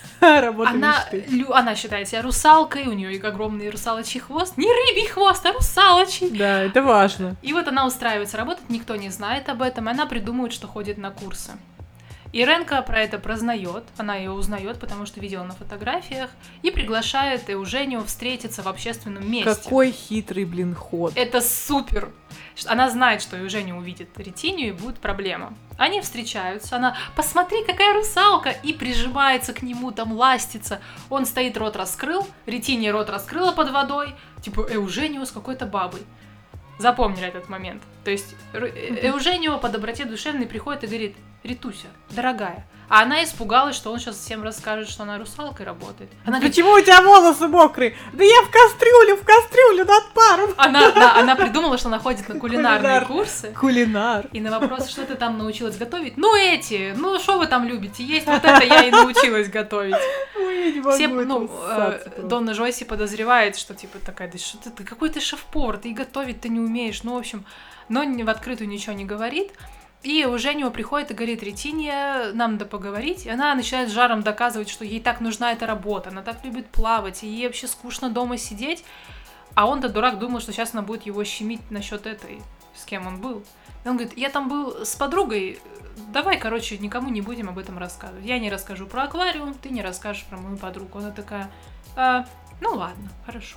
Она считает себя русалкой, у нее огромный русалочий хвост. Не рыбий хвост, а русалочий. Да, это важно. И вот она устраивается работать, никто не знает об этом, и она придумывает, что ходит на курсы. Иренка про это прознает, она ее узнает, потому что видела на фотографиях, и приглашает Эуженио встретиться в общественном месте. Какой хитрый, блин, ход. Это супер! Она знает, что Эуженио увидит Ретинью, и будет проблема. Они встречаются, она «посмотри, какая русалка!» и прижимается к нему, там ластится. Он стоит, рот раскрыл, Ретинья рот раскрыла под водой, типа Эуженио с какой-то бабой. Запомнили этот момент. То есть Эуженио по доброте душевной приходит и говорит: Ритуся, дорогая. А она испугалась, что он сейчас всем расскажет, что она русалкой работает. Она почему говорит, у тебя волосы мокрые? Да я в кастрюлю над паром. Она придумала, что она ходит на кулинарные курсы. Кулинар. И на вопрос, что ты там научилась готовить? Что вы там любите есть? Вот это я и научилась готовить. Донна Жойси подозревает, что типа такая, да что ты какой ты шеф-повар, ты и готовить-то не умеешь. Ну, в общем, но в открытую ничего не говорит. И Эуженио приходит и говорит: Ретинья, нам надо поговорить. И она начинает с жаром доказывать, что ей так нужна эта работа, она так любит плавать, и ей вообще скучно дома сидеть. А он-то, дурак, думал, что сейчас она будет его щемить насчет этой, с кем он был. И он говорит: я там был с подругой, давай, никому не будем об этом рассказывать. Я не расскажу про аквариум, ты не расскажешь про мою подругу. Она такая: ну ладно, хорошо.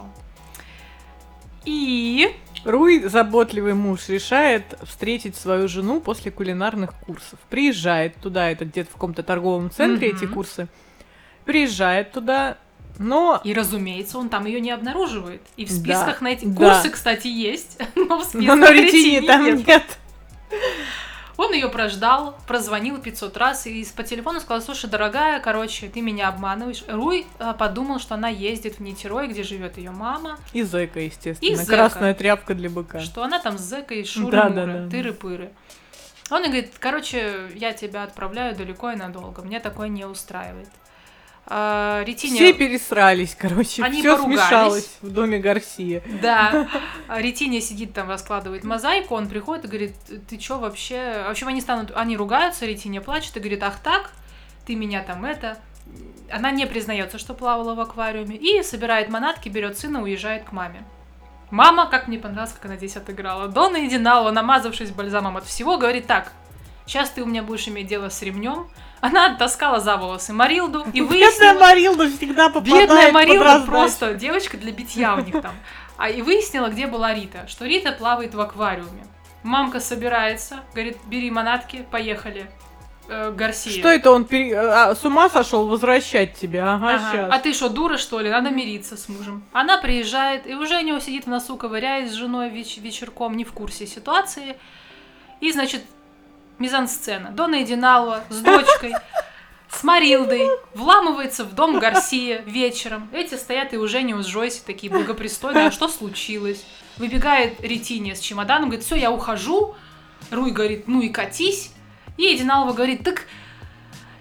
И Руй, заботливый муж, решает встретить свою жену после кулинарных курсов. Приезжает туда, это где-то в каком-то торговом центре, эти курсы. Приезжает туда, но... И, разумеется, он там ее не обнаруживает. И в списках на эти курсы, кстати, есть, но в списках Ретиньи там нет. Он ее прождал, прозвонил 500 раз и по телефону сказал: слушай, дорогая, ты меня обманываешь. Руй подумал, что она ездит в Нитерой, где живет ее мама. И зэка, естественно. Красная тряпка для быка. Что она там с зэкой шуры-муры, тыры-пыры. Он и говорит: я тебя отправляю далеко и надолго, мне такое не устраивает. Ретинья... Все пересрались, Они все смешалось в доме Гарсия. Да. Ретинья сидит там, раскладывает мозаику, он приходит и говорит: ты чё вообще? В общем, они ругаются, Ретинья плачет и говорит: ах так, ты меня там это... Она не признается, что плавала в аквариуме, и собирает манатки, берет сына, уезжает к маме. Мама, как мне понравилось, как она здесь отыграла. Донна Эдинала, намазавшись бальзамом от всего, говорит: так, сейчас ты у меня будешь иметь дело с ремнем. Она оттаскала за волосы Марилду и выяснила... Бедная Марилда всегда попадает Бедная Марилда просто девочка для битья у них там. И выяснила, где была Рита. Что Рита плавает в аквариуме. Мамка собирается, говорит: бери манатки, поехали. Гарсия. Что это он с ума сошел возвращать тебя? Сейчас. А ты что, дура, что ли? Надо мириться с мужем. Она приезжает, и уже у него сидит в носу, ковыряясь с женой вечерком, не в курсе ситуации. И, значит, мизансцена. Донна Эдинала с дочкой, с Марилдой, вламывается в дом Гарсия вечером. Эти стоят и Эуженио с Жойси такие благопристойные. А что случилось? Выбегает Ретинья с чемоданом, говорит: все, я ухожу. Руй говорит: ну и катись. И Эдиналова говорит: так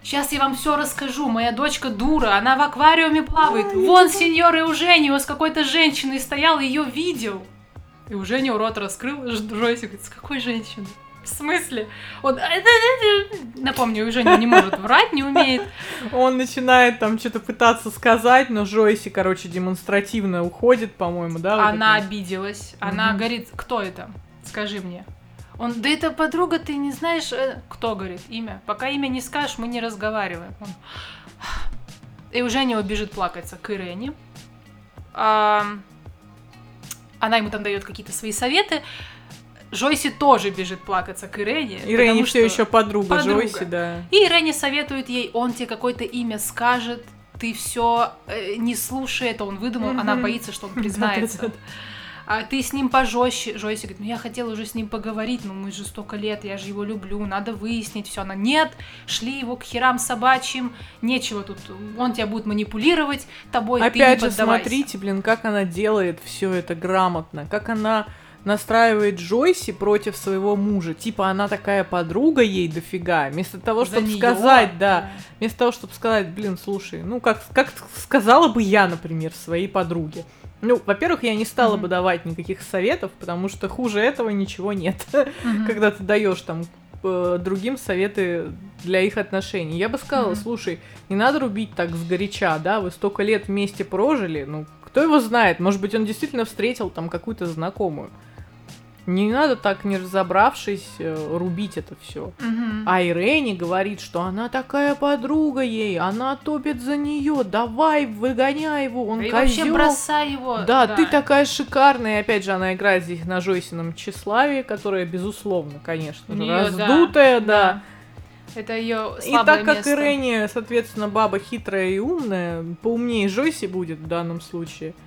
Сейчас я вам все расскажу. Моя дочка дура, она в аквариуме плавает. Вон сеньор Эуженио с какой-то женщиной стоял, ее видел. И Эуженио рот раскрыл, Джойси говорит, с какой женщиной? В смысле? Он... Напомню, Эуженио не может врать, не умеет. Он начинает там что-то пытаться сказать, но Джойси, короче, демонстративно уходит, по-моему, да? Она обиделась. Она говорит, кто это? Скажи мне. Он, да это подруга, ты не знаешь, кто, говорит, имя. Пока имя не скажешь, мы не разговариваем. Он... И Эуженио бежит плакаться к Ирене. Она ему там дает какие-то свои советы. Джойси тоже бежит плакаться к Ирене. Ирене все еще подруга Джойси, да. И Ирене советует ей, он тебе какое-то имя скажет, ты все не слушай, это он выдумал, она боится, что он признается. А ты с ним пожестче. Джойси говорит, ну я хотела уже с ним поговорить, но мы же столько лет, я же его люблю, надо выяснить все. Она, нет, шли его к херам собачьим, нечего тут, он тебя будет манипулировать тобой, опять ты не же, поддавайся. Смотрите, блин, как она делает все это грамотно, как она настраивает Джойси против своего мужа. Типа, она такая подруга ей дофига. Вместо того, чтобы сказать, да, вместо того, чтобы сказать, блин, слушай, ну, как сказала бы я, например, своей подруге. Ну, во-первых, я не стала бы давать никаких советов, потому что хуже этого ничего нет. Когда ты даешь там другим советы для их отношений. Я бы сказала, слушай, не надо рубить так сгоряча, да, вы столько лет вместе прожили, ну, кто его знает, может быть, он действительно встретил там какую-то знакомую. Не надо так, не разобравшись, рубить это все. А Ирене говорит, что она такая подруга ей, она топит за нее, давай, выгоняй его, он козел. Вообще бросай его. Да, ты такая шикарная. И опять же, она играет здесь на Джойсином тщеславии, которая, безусловно, конечно, раздутая, да. Это ее слабое место. И так как Ирене, соответственно, баба хитрая и умная, поумнее Джойси будет в данном случае.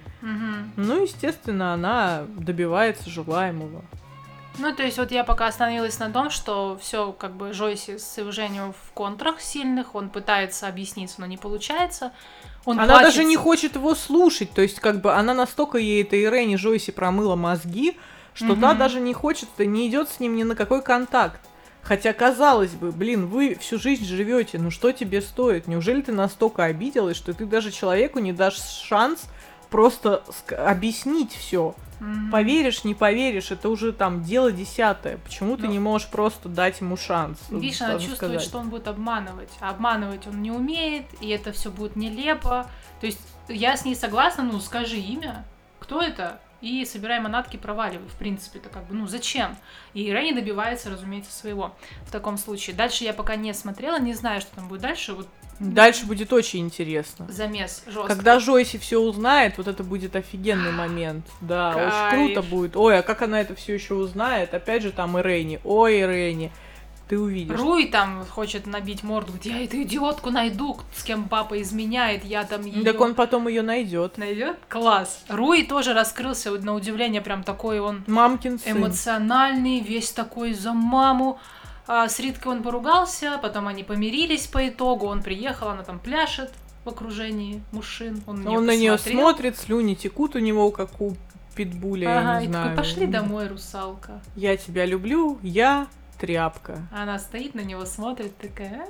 Ну, естественно, она добивается желаемого. Ну, то есть вот я пока остановилась на том, что все как бы Джойси с Эуженио в контрах сильных, он пытается объясниться, но не получается. Она плачется. Даже не хочет его слушать, то есть как бы она настолько ей, этой Ирене Джойси, промыла мозги, что та даже не хочет, не идет с ним ни на какой контакт. Хотя, казалось бы, блин, вы всю жизнь живете, ну что тебе стоит? Неужели ты настолько обиделась, что ты даже человеку не дашь шанс просто объяснить все? Поверишь, не поверишь, это уже там дело десятое. Почему ты не можешь просто дать ему шанс? Видишь, она чувствует, что он будет обманывать. А обманывать он не умеет, и это все будет нелепо. То есть я с ней согласна, ну скажи имя, кто это? И собирай манатки, проваливай, в принципе-то как бы, ну зачем? И Ирене добивается, разумеется, своего в таком случае. Дальше я пока не смотрела, не знаю, что там будет дальше. Вот дальше будет очень интересно. Замес жесткий. Когда Джойси все узнает, вот это будет офигенный момент. Да, кайф. Очень круто будет. Ой, а как она это все еще узнает? Опять же там Ирене. Ой, Ирене. Ты увидишь. Руй там хочет набить морду, где я эту идиотку найду, с кем папа изменяет, я там ее. Так он потом ее найдет. Найдет? Класс. Руй тоже раскрылся, на удивление, прям такой он мамкин сын. Эмоциональный, весь такой за маму. С Риткой он поругался, потом они помирились по итогу, он приехал, она там пляшет в окружении мужчин. Он на нее смотрит, слюни текут у него, как у питбуля, я не знаю. Такой, пошли домой, русалка. Я тебя люблю, я тряпка. Она стоит на него, смотрит, такая...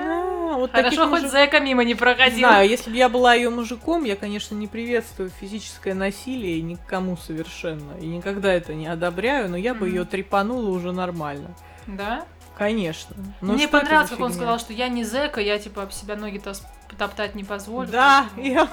Вот хорошо, хоть зэка мимо не проходил. Не знаю, если бы я была ее мужиком, я, конечно, не приветствую физическое насилие никому совершенно. И никогда это не одобряю, но я бы ее трепанула уже нормально. Да? Конечно. Мне понравилось, как он сказал, что я не зэка, я типа об себя ноги топтать не позволю. Да.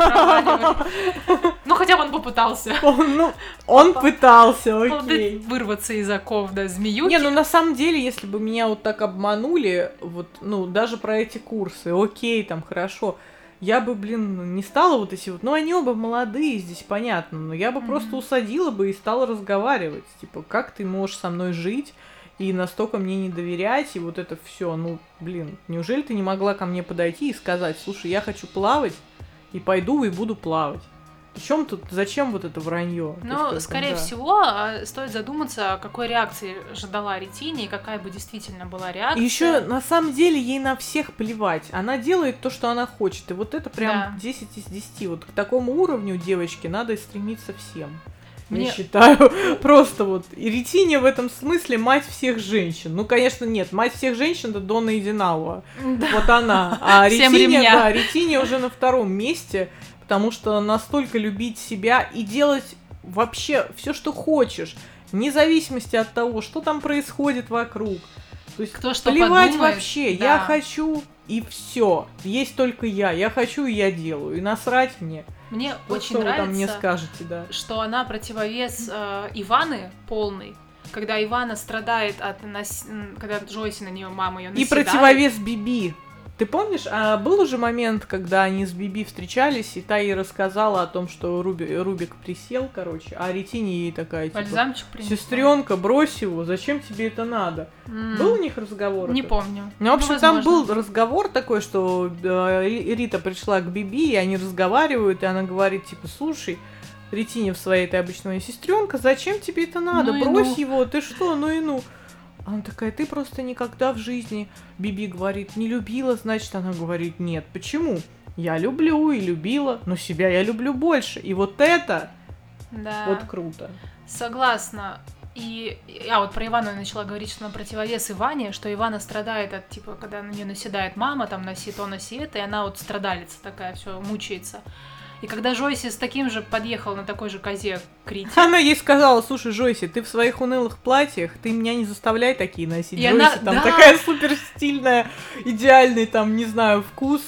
Ну, хотя бы он попытался. Он пытался, окей. Вырваться из оков, да, змеюки. Не, ну на самом деле, если бы меня вот так обманули, вот, ну, даже про эти курсы, окей, там, хорошо, я бы, блин, не стала вот эти вот, ну, они оба молодые, здесь понятно, но я бы просто усадила бы и стала разговаривать, типа, как ты можешь со мной жить, и настолько мне не доверять, и вот это все, ну, блин, неужели ты не могла ко мне подойти и сказать, слушай, я хочу плавать, и пойду и буду плавать? Причем тут, зачем вот это вранье? Ну, скорее всего, стоит задуматься, какой реакции ждала Ретини, и какая бы действительно была реакция. И еще, на самом деле, ей на всех плевать. Она делает то, что она хочет, и вот это прям 10 из 10. Вот к такому уровню девочки надо стремиться всем. Я считаю, просто вот. И Ретинья в этом смысле мать всех женщин. Ну, конечно, нет, мать всех женщин — это Донна Единалова. Да. Вот она. А Ретинья уже на втором месте, потому что настолько любить себя и делать вообще все, что хочешь, вне зависимости от того, что там происходит вокруг. То есть кто что плевать подумает, вообще, да. Я хочу, и все. Есть только я хочу, и я делаю. И насрать мне. Мне вот очень что нравится, вы там мне скажете, да. что она противовес Иваны полный. Когда Ивана страдает когда Джойси на нее, мама ее наседает. И противовес Биби. Ты помнишь, был уже момент, когда они с Биби встречались, и та ей рассказала о том, что Рубик присел, короче, а Ретинья ей такая, типа, сестренка, брось его, зачем тебе это надо? Был у них разговор? Не помню. Ну, в общем, там был разговор такой, что Рита пришла к Биби, и они разговаривают, и она говорит, типа, слушай, Ретинья в своей этой обычной сестренка, зачем тебе это надо? Брось его, ты что, ну. Она такая, ты просто никогда в жизни, Биби говорит, не любила, значит, она говорит, нет. Почему? Я люблю и любила, но себя я люблю больше. И вот это вот круто. Согласна. И вот про Ивану я начала говорить, что она противовес Иване, что Ивана страдает от, типа, когда на нее наседает мама, там, носи то, носи это, и она вот страдалица такая, все мучается. И когда Джойси с таким же подъехал на такой же козе к Рите... Она ей сказала, слушай, Джойси, ты в своих унылых платьях, ты меня не заставляй такие носить. И Джойси там такая супер стильная, идеальный там, не знаю, вкус.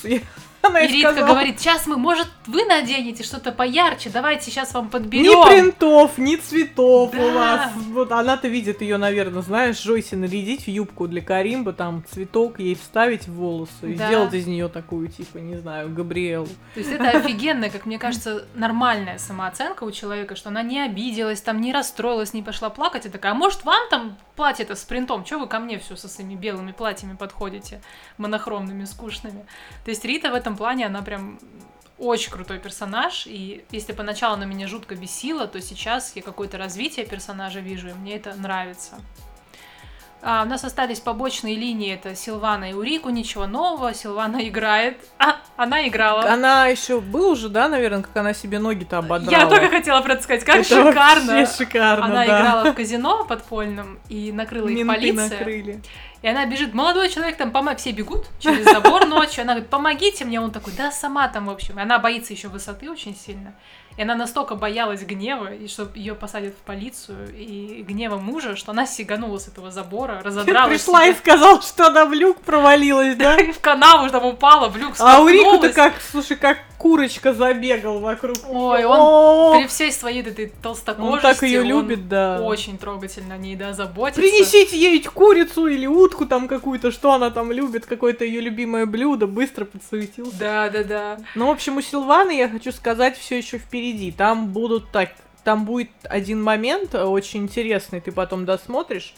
И Ритка говорит, сейчас может, вы наденете что-то поярче, давайте сейчас вам подберем. Ни принтов, ни цветов у вас. Вот она-то видит ее, наверное, знаешь, Джойси нарядить в юбку для Каримбы, там цветок ей вставить в волосы и сделать из нее такую, типа, не знаю, Габриэлу. То есть это офигенная, как мне кажется, нормальная самооценка у человека, что она не обиделась, там не расстроилась, не пошла плакать, и такая, а может вам там платье-то с принтом, чего вы ко мне все со своими белыми платьями подходите, монохромными, скучными. То есть Рита в этом плане, она прям очень крутой персонаж, и если поначалу она меня жутко бесила, то сейчас я какое-то развитие персонажа вижу, и мне это нравится. У нас остались побочные линии, это Силвана и Урику, ничего нового, Силвана играет. Она играла. Она еще был уже, да, наверное, как она себе ноги-то ободрала. Я только хотела про это сказать, как это шикарно. Вообще шикарно, она играла в казино подпольном, и накрыла их полиция. Накрыли. И она бежит, молодой человек, там, все бегут через забор ночью, она говорит, помогите мне, он такой, да, сама там, в общем. И она боится еще высоты очень сильно. И она настолько боялась гнева, и что ее посадят в полицию, и гнева мужа, что она сиганула с этого забора, разодрала пришла себе. И сказала, что она в люк провалилась, да? И в канаву там упала, в люк столкнулась. А Урику-то как, слушай, как курочка забегал вокруг. Ой, он при всей своей этой толстокожести, он так ее любит, да. Очень трогательно о ней, да, заботится. Принесите ей курицу или утку там какую-то, что она там любит, какое-то ее любимое блюдо, быстро подсуетился. Да. Ну, в общем, у Силваны, я хочу сказать, все еще впереди. Там будет один момент очень интересный, ты потом досмотришь.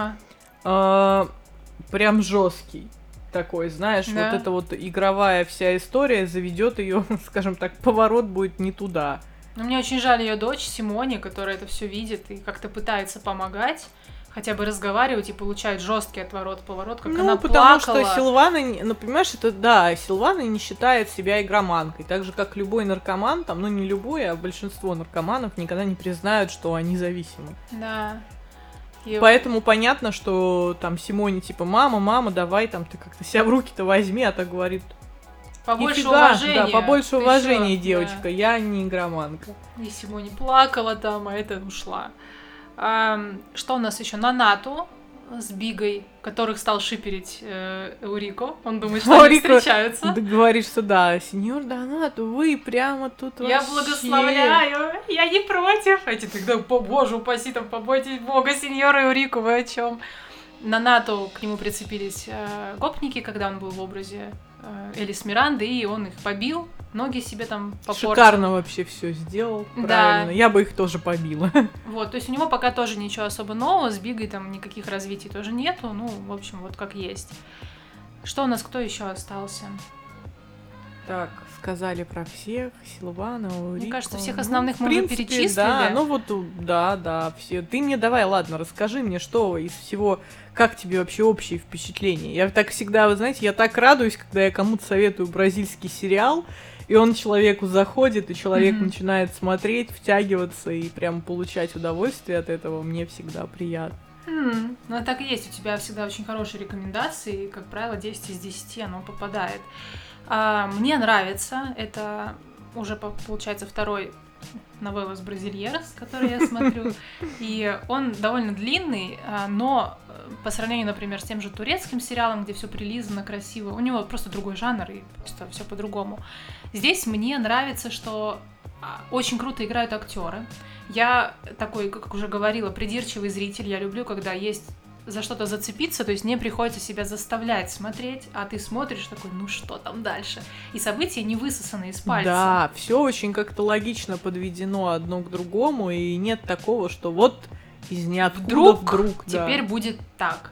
Ага. Прям жесткий. Такой, знаешь, да. Вот эта вот игровая вся история заведет ее, скажем так, поворот будет не туда. Но мне очень жаль ее дочь Симоне, которая это все видит и как-то пытается помогать, хотя бы разговаривать и получает жесткий поворот, как она потому плакала. Что Силвана, ну понимаешь, Силвана не считает себя игроманкой, так же как любой наркоман, там, ну не любой, а большинство наркоманов никогда не признают, что они зависимы. Да. Поэтому понятно, что там Симоне типа, мама, давай там ты как-то себя в руки-то возьми, а так говорит, побольше уважения. Да, побольше уважения, девочка, да. Я не игроманка. И Симоне плакала там, а это ушла. Что у нас еще? Нанату с Бигой, которых стал шиперить Урико. Он думает, что они встречаются. Говорит, что да, сеньор Донату, вы прямо тут я вообще... благословляю, я не против. Эти тогда, боже упаси, там, побойтесь бога, сеньора Урико, вы о чем? Нанату к нему прицепились гопники, когда он был в образе Элис Миранды, и он их побил, ноги себе там попортил. Шикарно вообще все сделал, правильно. Да. Я бы их тоже побила. Вот, то есть у него пока тоже ничего особо нового, с Бигой там никаких развитий тоже нету, ну, в общем, вот как есть. Что у нас, кто еще остался? Так, сказали про всех, Силвана, Урико. Мне кажется, всех основных мы уже перечислили. Да, ну вот, да, все. Ты мне давай, ладно, расскажи мне, что из всего, как тебе вообще общие впечатления? Я так всегда, вы знаете, я так радуюсь, когда я кому-то советую бразильский сериал, и он человеку заходит, и человек начинает смотреть, втягиваться и прям получать удовольствие от этого, мне всегда приятно. Ну, так и есть. У тебя всегда очень хорошие рекомендации, и, как правило, 10 из 10 оно попадает. Мне нравится. Это уже, получается, второй «Новеллас Бразильерос», который я смотрю. И он довольно длинный, но по сравнению, например, с тем же турецким сериалом, где все прилизано, красиво, у него просто другой жанр, и просто все по-другому. Здесь мне нравится, что очень круто играют актеры. Я такой, как уже говорила, придирчивый зритель. Я люблю, когда есть за что-то зацепиться, то есть не приходится себя заставлять смотреть, а ты смотришь такой, ну что там дальше? И события не высосаны из пальца. Да, все очень как-то логично подведено одно к другому, и нет такого, что вот из ниоткуда вдруг теперь будет так.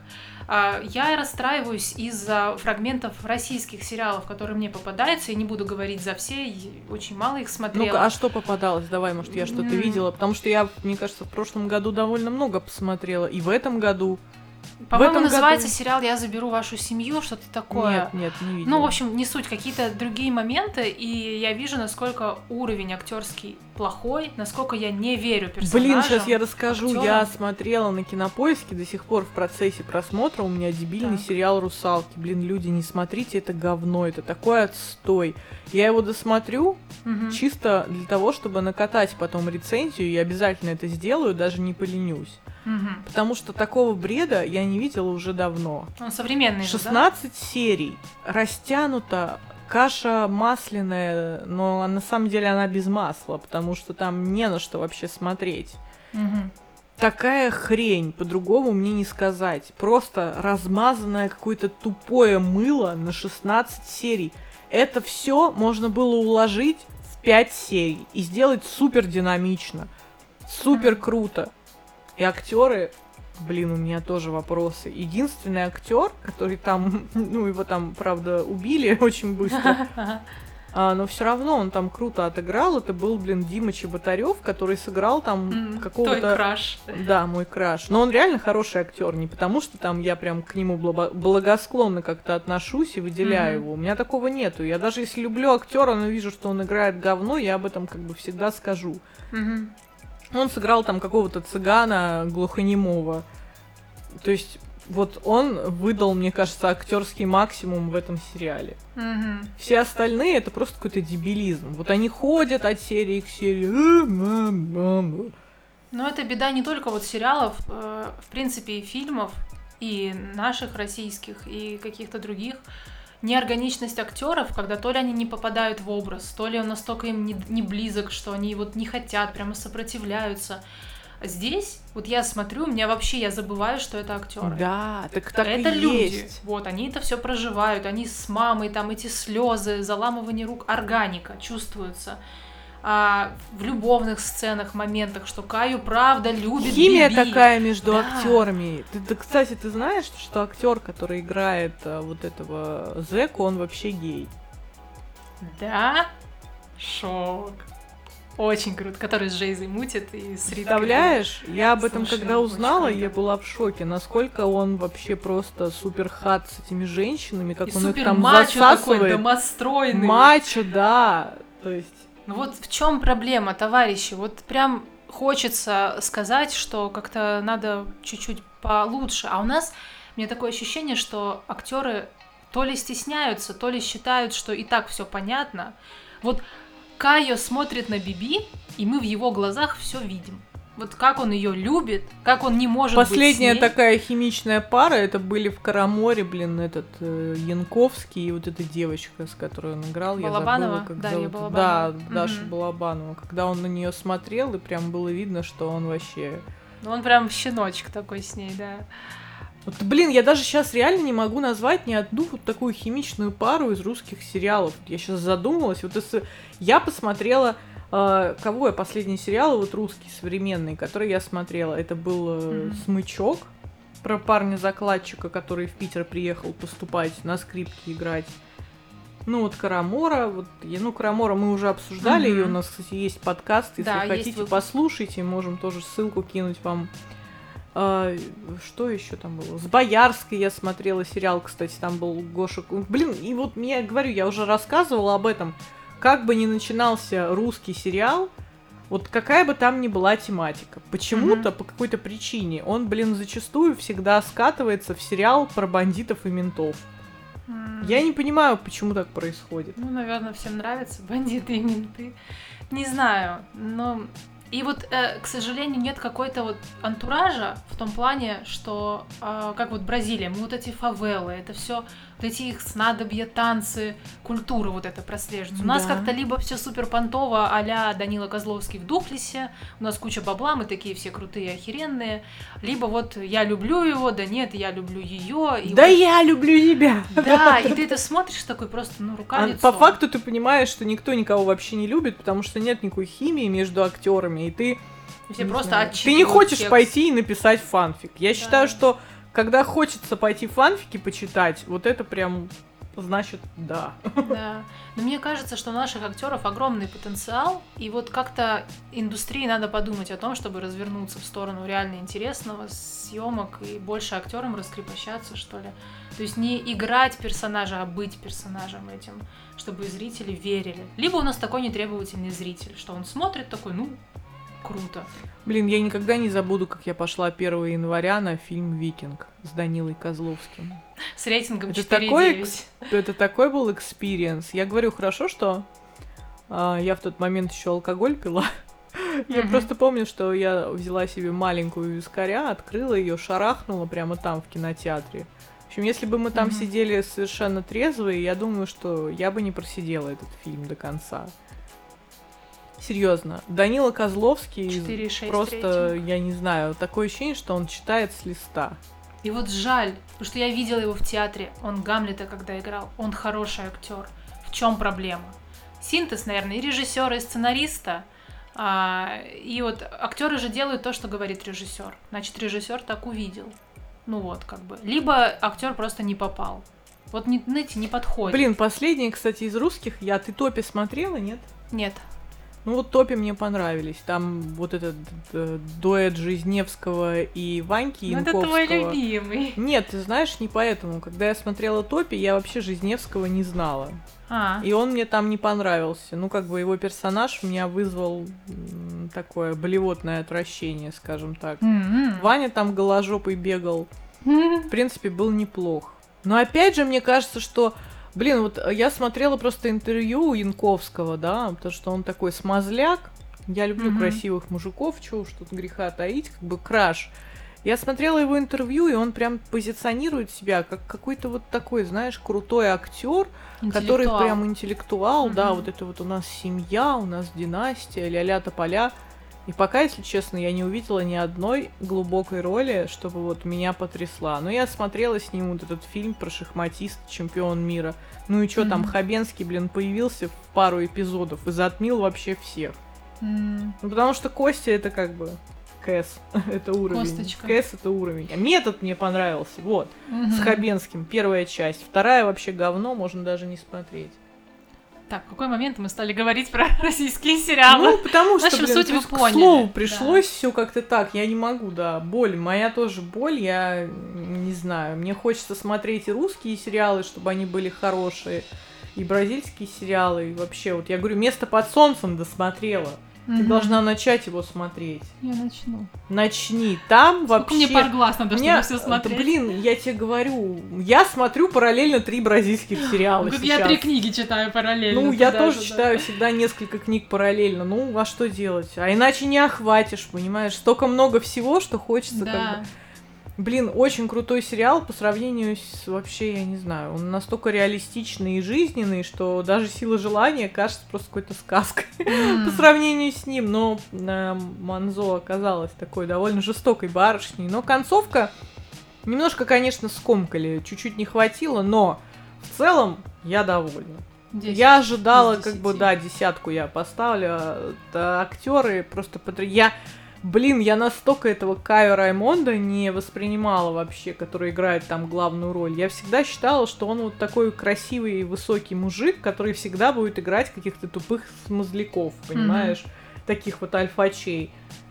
Я расстраиваюсь из-за фрагментов российских сериалов, которые мне попадаются. Я не буду говорить за все, очень мало их смотрела. Ну-ка, а что попадалось? Давай, может, я что-то видела. Потому что я, мне кажется, в прошлом году довольно много посмотрела. И в этом году. По-моему, называется сериал «Я заберу вашу семью», что-то такое. Нет, не видела. Ну, в общем, не суть, какие-то другие моменты, и я вижу, насколько уровень актерский плохой, насколько я не верю персонажам. Блин, сейчас я расскажу. актерам. Я смотрела на Кинопоиске, до сих пор в процессе просмотра у меня дебильный сериал «Русалки». Блин, люди, не смотрите, это говно, это такой отстой. Я его досмотрю чисто для того, чтобы накатать потом рецензию, и обязательно это сделаю, даже не поленюсь. Потому что такого бреда я не видела уже давно. Он современный 16 серий, растянуто, каша масляная, но на самом деле она без масла, потому что там не на что вообще смотреть. Такая хрень, по-другому мне не сказать. Просто размазанное какое-то тупое мыло на 16 серий. Это все можно было уложить в 5 серий и сделать супер динамично, супер круто. И актеры, блин, у меня тоже вопросы. Единственный актер, который там, ну его там, правда, убили очень быстро, но все равно он там круто отыграл. Это был, блин, Дима Чеботарев, который сыграл там какого-то... Твой краш. Да, мой краш. Но он реально хороший актер, не потому что там я прям к нему благосклонно как-то отношусь и выделяю его. У меня такого нету. Я даже если люблю актера, но вижу, что он играет говно, я об этом как бы всегда скажу. Он сыграл там какого-то цыгана глухонемого. То есть вот он выдал, мне кажется, актерский максимум в этом сериале. Все остальные это просто какой-то дебилизм. Вот они ходят от серии к серии. Но это беда не только вот сериалов, в принципе, и фильмов, и наших российских, и каких-то других. Неорганичность актеров, когда то ли они не попадают в образ, то ли он настолько им не близок, что они вот не хотят, прямо сопротивляются. Здесь, вот я смотрю, я забываю, что это актеры. Да, так это и люди. есть. Вот, они это все проживают, они с мамой, там эти слезы, заламывание рук, органика чувствуется. В любовных сценах, моментах, что Каю правда любит Химия Биби. такая между актерами. Кстати, ты знаешь, что актер, который играет вот этого зэку, он вообще гей? Да? Шок. Очень круто. Который с Джейзой мутит и с Риткой. Представляешь? Я об этом когда узнала, я была в шоке, насколько он вообще просто супер хат с этими женщинами, как и он их там мачо засасывает. Такой домостройный. Мачо, да. То есть... Ну вот в чем проблема, товарищи? Вот прям хочется сказать, что как-то надо чуть-чуть получше. А у нас, у меня такое ощущение, что актеры то ли стесняются, то ли считают, что и так все понятно. Вот Кайо смотрит на Биби, и мы в его глазах все видим. Вот как он ее любит, как он не может Последняя быть с ней. такая химичная пара, это были в Караморе, блин, этот Янковский и вот эта девочка, с которой он играл. Балабанова? Я забыла, как Дарья зовут. Балабанова. Да, Даша Балабанова. Когда он на нее смотрел, и прям было видно, что он вообще... Ну он прям щеночек такой с ней, да. Вот, блин, я даже сейчас реально не могу назвать ни одну вот такую химичную пару из русских сериалов. Я сейчас задумалась. Вот если я посмотрела... Кого я последний сериал, вот русский, современный, который я смотрела, это был «Смычок», про парня-закладчика, который в Питер приехал поступать, на скрипке играть. Ну вот Карамора, Карамора мы уже обсуждали, и у нас, кстати, есть подкаст, если хотите, послушайте, можем тоже ссылку кинуть вам. Что еще там было? С Боярской я смотрела сериал, кстати, там был Гоша. Блин, и вот я говорю, я уже рассказывала об этом. как бы ни начинался русский сериал, вот какая бы там ни была тематика, почему-то, по какой-то причине, он, зачастую всегда скатывается в сериал про бандитов и ментов. Я не понимаю, почему так происходит. Ну, наверное, всем нравятся бандиты и менты. Не знаю, но... И вот, к сожалению, нет какой-то вот антуража в том плане, что, как вот Бразилия, мы вот эти фавелы, это все, вот эти их снадобья, танцы, культура вот эта прослеживается. У нас как-то либо все супер понтово а-ля Данила Козловский в Духлесе, у нас куча бабла, мы такие все крутые, охеренные, либо вот я люблю его, да нет, я люблю ее. Да вот... я люблю тебя! Да, и ты это смотришь такой просто, рука-лицо. По факту ты понимаешь, что никто никого вообще не любит, потому что нет никакой химии между актерами. И ты все просто ты не хочешь пойти и написать фанфик. Я считаю, что когда хочется пойти фанфики почитать, вот это прям значит да. Да. Но мне кажется, что у наших актеров огромный потенциал, и вот как-то индустрии надо подумать о том, чтобы развернуться в сторону реально интересного съемок и больше актерам раскрепощаться, что ли. То есть не играть персонажа, а быть персонажем этим, чтобы зрители верили. Либо у нас такой нетребовательный зритель, что он смотрит такой, круто. Я никогда не забуду, как я пошла 1 января на фильм «Викинг» с Данилой Козловским. С рейтингом 4,9. Это такой был экспириенс. Я говорю, хорошо, что я в тот момент еще алкоголь пила. Я просто помню, что я взяла себе маленькую вискаря, открыла ее, шарахнула прямо там, в кинотеатре. В общем, если бы мы там сидели совершенно трезвые, я думаю, что я бы не просидела этот фильм до конца. Серьезно, Данила Козловский 4,6 просто, рейтинг. Я не знаю, такое ощущение, что он читает с листа. И вот жаль, потому что я видела его в театре, он Гамлета когда играл, он хороший актер. В чем проблема? Синтез, наверное, и режиссера, и сценариста. И вот актеры же делают то, что говорит режиссер. Значит, режиссер так увидел. Либо актер просто не попал. Вот, знаете, не подходит. Последний, кстати, из русских, ты «Топи» смотрела, нет? Нет. Ну вот «Топи» мне понравились. Там вот этот дуэт Жизневского и Ваньки Янковского. Это твой любимый. Нет, ты знаешь, не поэтому. Когда я смотрела «Топи», я вообще Жизневского не знала. И он мне там не понравился. Его персонаж меня вызвал такое болевотное отвращение, скажем так. Ваня там голожопый бегал. В принципе, был неплох. Но опять же, мне кажется, что... вот я смотрела просто интервью у Янковского, да, потому что он такой смазляк. Я люблю красивых мужиков, чего уж тут греха таить, краш. Я смотрела его интервью, и он прям позиционирует себя как какой-то вот такой, знаешь, крутой актер, который прям интеллектуал, да, вот это вот у нас семья, у нас династия, ля-ля тополя. И пока, если честно, я не увидела ни одной глубокой роли, чтобы вот меня потрясла. Но я смотрела с ним вот этот фильм про шахматиста, чемпион мира. Ну и что там, Хабенский, появился в пару эпизодов и затмил вообще всех. Ну потому что Костя это Кэс, это уровень. Косточка. Кэс это уровень. А метод мне понравился, вот, с Хабенским, первая часть. Вторая вообще говно, можно даже не смотреть. Так, в какой момент мы стали говорить про российские сериалы? Ну, потому что, суть вы поняли. К слову, пришлось все как-то так. Я не могу, да. Боль, моя тоже боль, я не знаю. Мне хочется смотреть и русские сериалы, чтобы они были хорошие, и бразильские сериалы, и вообще, вот я говорю, «Место под солнцем» досмотрела. Ты должна начать его смотреть. Я начну. Начни. Там вообще... Мне пар глаз надо, чтобы все смотреть. Я тебе говорю, я смотрю параллельно 3 бразильских сериала сейчас. Я 3 книги читаю параллельно. Я тоже читаю всегда несколько книг параллельно. А что делать? А иначе не охватишь, понимаешь? Столько много всего, что хочется очень крутой сериал по сравнению с вообще, я не знаю, он настолько реалистичный и жизненный, что даже «Сила желания» кажется просто какой-то сказкой по сравнению с ним. Но Манзо оказалась такой довольно жестокой барышней. Но концовка немножко, конечно, скомкали, чуть-чуть не хватило, но в целом я довольна. 10. Я ожидала, 10 я поставлю. Актеры просто я настолько этого Кайо Раймонда не воспринимала вообще, который играет там главную роль. Я всегда считала, что он вот такой красивый и высокий мужик, который всегда будет играть каких-то тупых смазляков, понимаешь? Таких вот альфачей.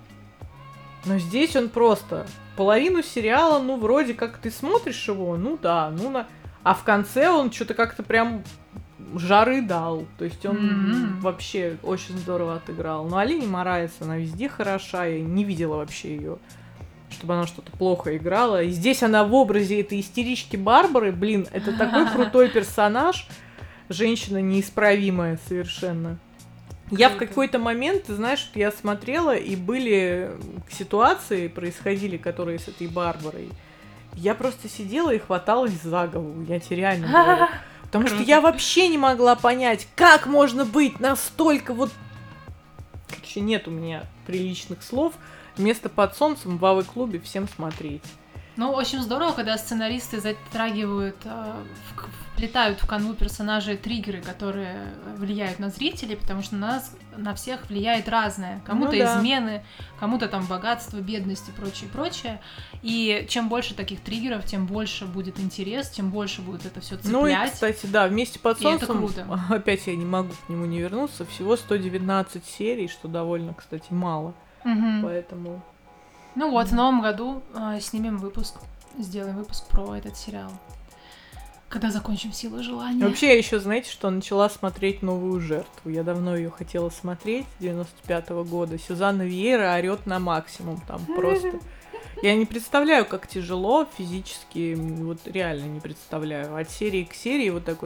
Но здесь он просто половину сериала, вроде как ты смотришь его, а в конце он что-то как-то прям жары дал. То есть он вообще очень здорово отыграл. Но Алине Мораес, она везде хороша, я не видела вообще ее, чтобы она что-то плохо играла. И здесь она в образе этой истерички Барбары, блин, это такой крутой персонаж, женщина неисправимая совершенно. Я в какой-то момент, ты знаешь, я смотрела, и были ситуации, происходили, которые с этой Барбарой. Я просто сидела и хваталась за голову, я тебе реально говорю. Потому что я вообще не могла понять, как можно быть настолько вот... Вообще нет у меня приличных слов. Место под солнцем в АВ-клубе всем смотреть. Ну, очень здорово, когда сценаристы затрагивают, вплетают в канву персонажей триггеры, которые влияют на зрителей, потому что на всех влияет разное. Кому-то измены, кому-то там богатство, бедность и прочее, прочее. И чем больше таких триггеров, тем больше будет интерес, тем больше будет это все цеплять. Ну и, кстати, да, вместе под солнцем, это круто. Опять я не могу к нему не вернуться, всего 119 серий, что довольно, кстати, мало. Поэтому... Ну вот, в новом году снимем выпуск, сделаем выпуск про этот сериал. Когда закончим «Силу желания». Вообще, я еще, знаете, что начала смотреть «Новую жертву». Я давно ее хотела смотреть, 95-го года. Сюзанна Виейра орет на максимум там просто. Я не представляю, как тяжело физически, вот реально не представляю. От серии к серии вот так вот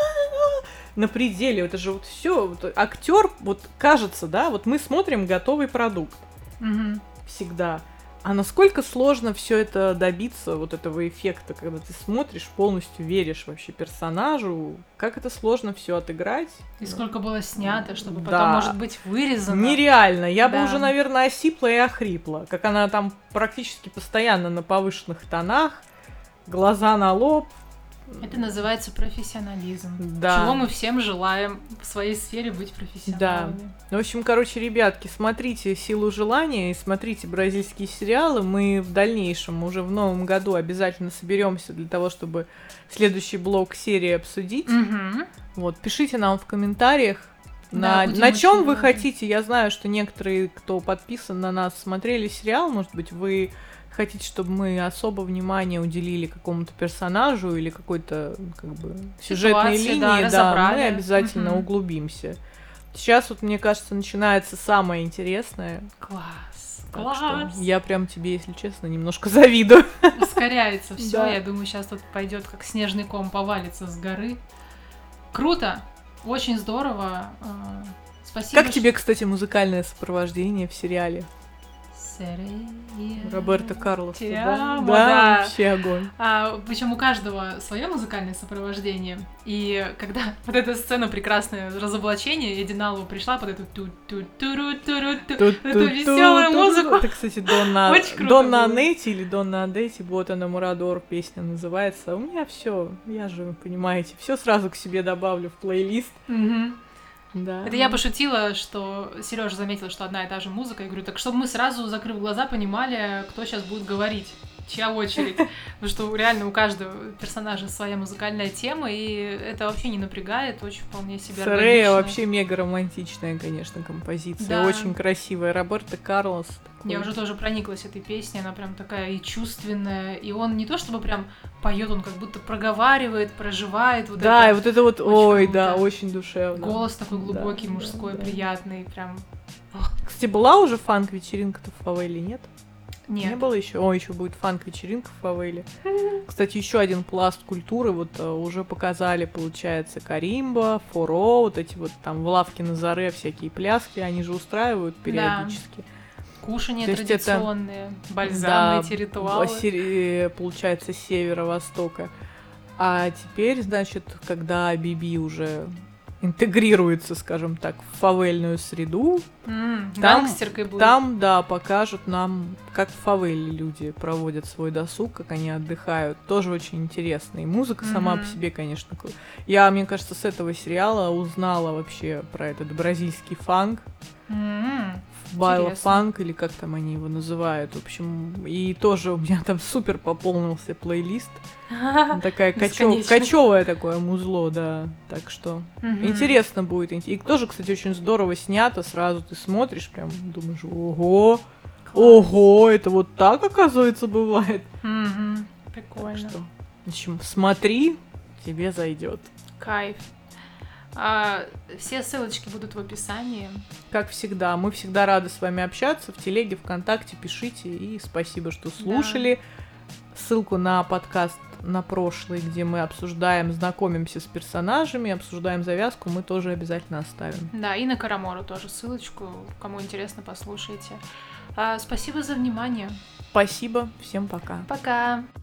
на пределе. Это же вот все. Вот, актер, вот кажется, да, вот мы смотрим готовый продукт. Всегда. А насколько сложно все это добиться, вот этого эффекта, когда ты смотришь, полностью веришь вообще персонажу, как это сложно все отыграть. И сколько было снято, чтобы потом, может быть, вырезано. Нереально. Я бы уже, наверное, осипла и охрипла. Как она там практически постоянно на повышенных тонах, глаза на лоб. Это называется профессионализм. Да. Чего мы всем желаем в своей сфере быть профессионалами. Да. В общем, короче, ребятки, смотрите «Силу желания» и смотрите бразильские сериалы. Мы в дальнейшем, уже в новом году обязательно соберемся для того, чтобы следующий блок серии обсудить. Вот, пишите нам в комментариях, на чем вы хотите. Я знаю, что некоторые, кто подписан на нас, смотрели сериал. Может быть, вы хотите, чтобы мы особо внимание уделили какому-то персонажу или какой-то как бы ситуации, сюжетной линии, да, мы обязательно углубимся. Сейчас вот, мне кажется, начинается самое интересное. Класс. Класс. Я прям тебе, если честно, немножко завидую. Ускоряется все. Я думаю, сейчас тут пойдет как снежный ком, повалится с горы. Круто, очень здорово. Спасибо. Как тебе, кстати, музыкальное сопровождение в сериале? Роберто Карлос. Да, вообще огонь. Причем у каждого свое музыкальное сопровождение. И когда вот эта сцена прекрасное разоблачение, я Диналу пришла под эту веселую музыку. Это, кстати, Донна Анетти или Донна Адетти, вот она, Мурадор, песня называется. У меня все, я же, вы понимаете, все сразу к себе добавлю в плейлист. Да. Это я пошутила, что Сережа заметила, что одна и та же музыка. Я говорю, так чтобы мы сразу, закрыв глаза, понимали, кто сейчас будет говорить, чья очередь. Потому что реально у каждого персонажа своя музыкальная тема, и это вообще не напрягает, очень вполне себе органично. Сарея вообще мега романтичная, конечно, композиция. Да. Очень красивая. Роберто Карлос. Я уже тоже прониклась этой песней, она прям такая и чувственная, и он не то чтобы прям поет, он как будто проговаривает, проживает вот да, это. И вот это вот, ой, да, очень душевно. Голос такой глубокий, мужской, приятный, прям. Кстати, была уже фанк-вечеринка-то в фавеле, нет? Нет. Не было еще? О, еще будет фанк-вечеринка в фавеле. Кстати, еще один пласт культуры, вот уже показали, получается, Каримба, Форо, вот эти вот там в лавке на Заре всякие пляски, они же устраивают периодически. Да. Кушания традиционные, бальзамные эти ритуалы. Получается, с северо-востока. А теперь, значит, когда Биби уже интегрируется, скажем так, в фавельную среду, там, да, покажут нам, как в фавеле люди проводят свой досуг, как они отдыхают. Тоже очень интересно. И музыка сама по себе, конечно, я, мне кажется, с этого сериала узнала вообще про этот бразильский фанк. Байла фанк, или как там они его называют. В общем, и тоже у меня там супер пополнился плейлист. Такая кочевое такое музло, да. Так что интересно будет. И тоже, кстати, очень здорово снято. Сразу ты смотришь, прям думаешь, ого, это вот так, оказывается, бывает. Прикольно. Так что, в общем, смотри, тебе зайдет. Кайф. Все ссылочки будут в описании. Как всегда, мы всегда рады с вами общаться. В телеге, ВКонтакте пишите. И спасибо, что слушали. Да. Ссылку на подкаст на прошлый, где мы обсуждаем, знакомимся с персонажами, обсуждаем завязку, мы тоже обязательно оставим. Да, и на Карамору тоже ссылочку. Кому интересно, послушайте. Спасибо за внимание. Спасибо. Всем пока. Пока.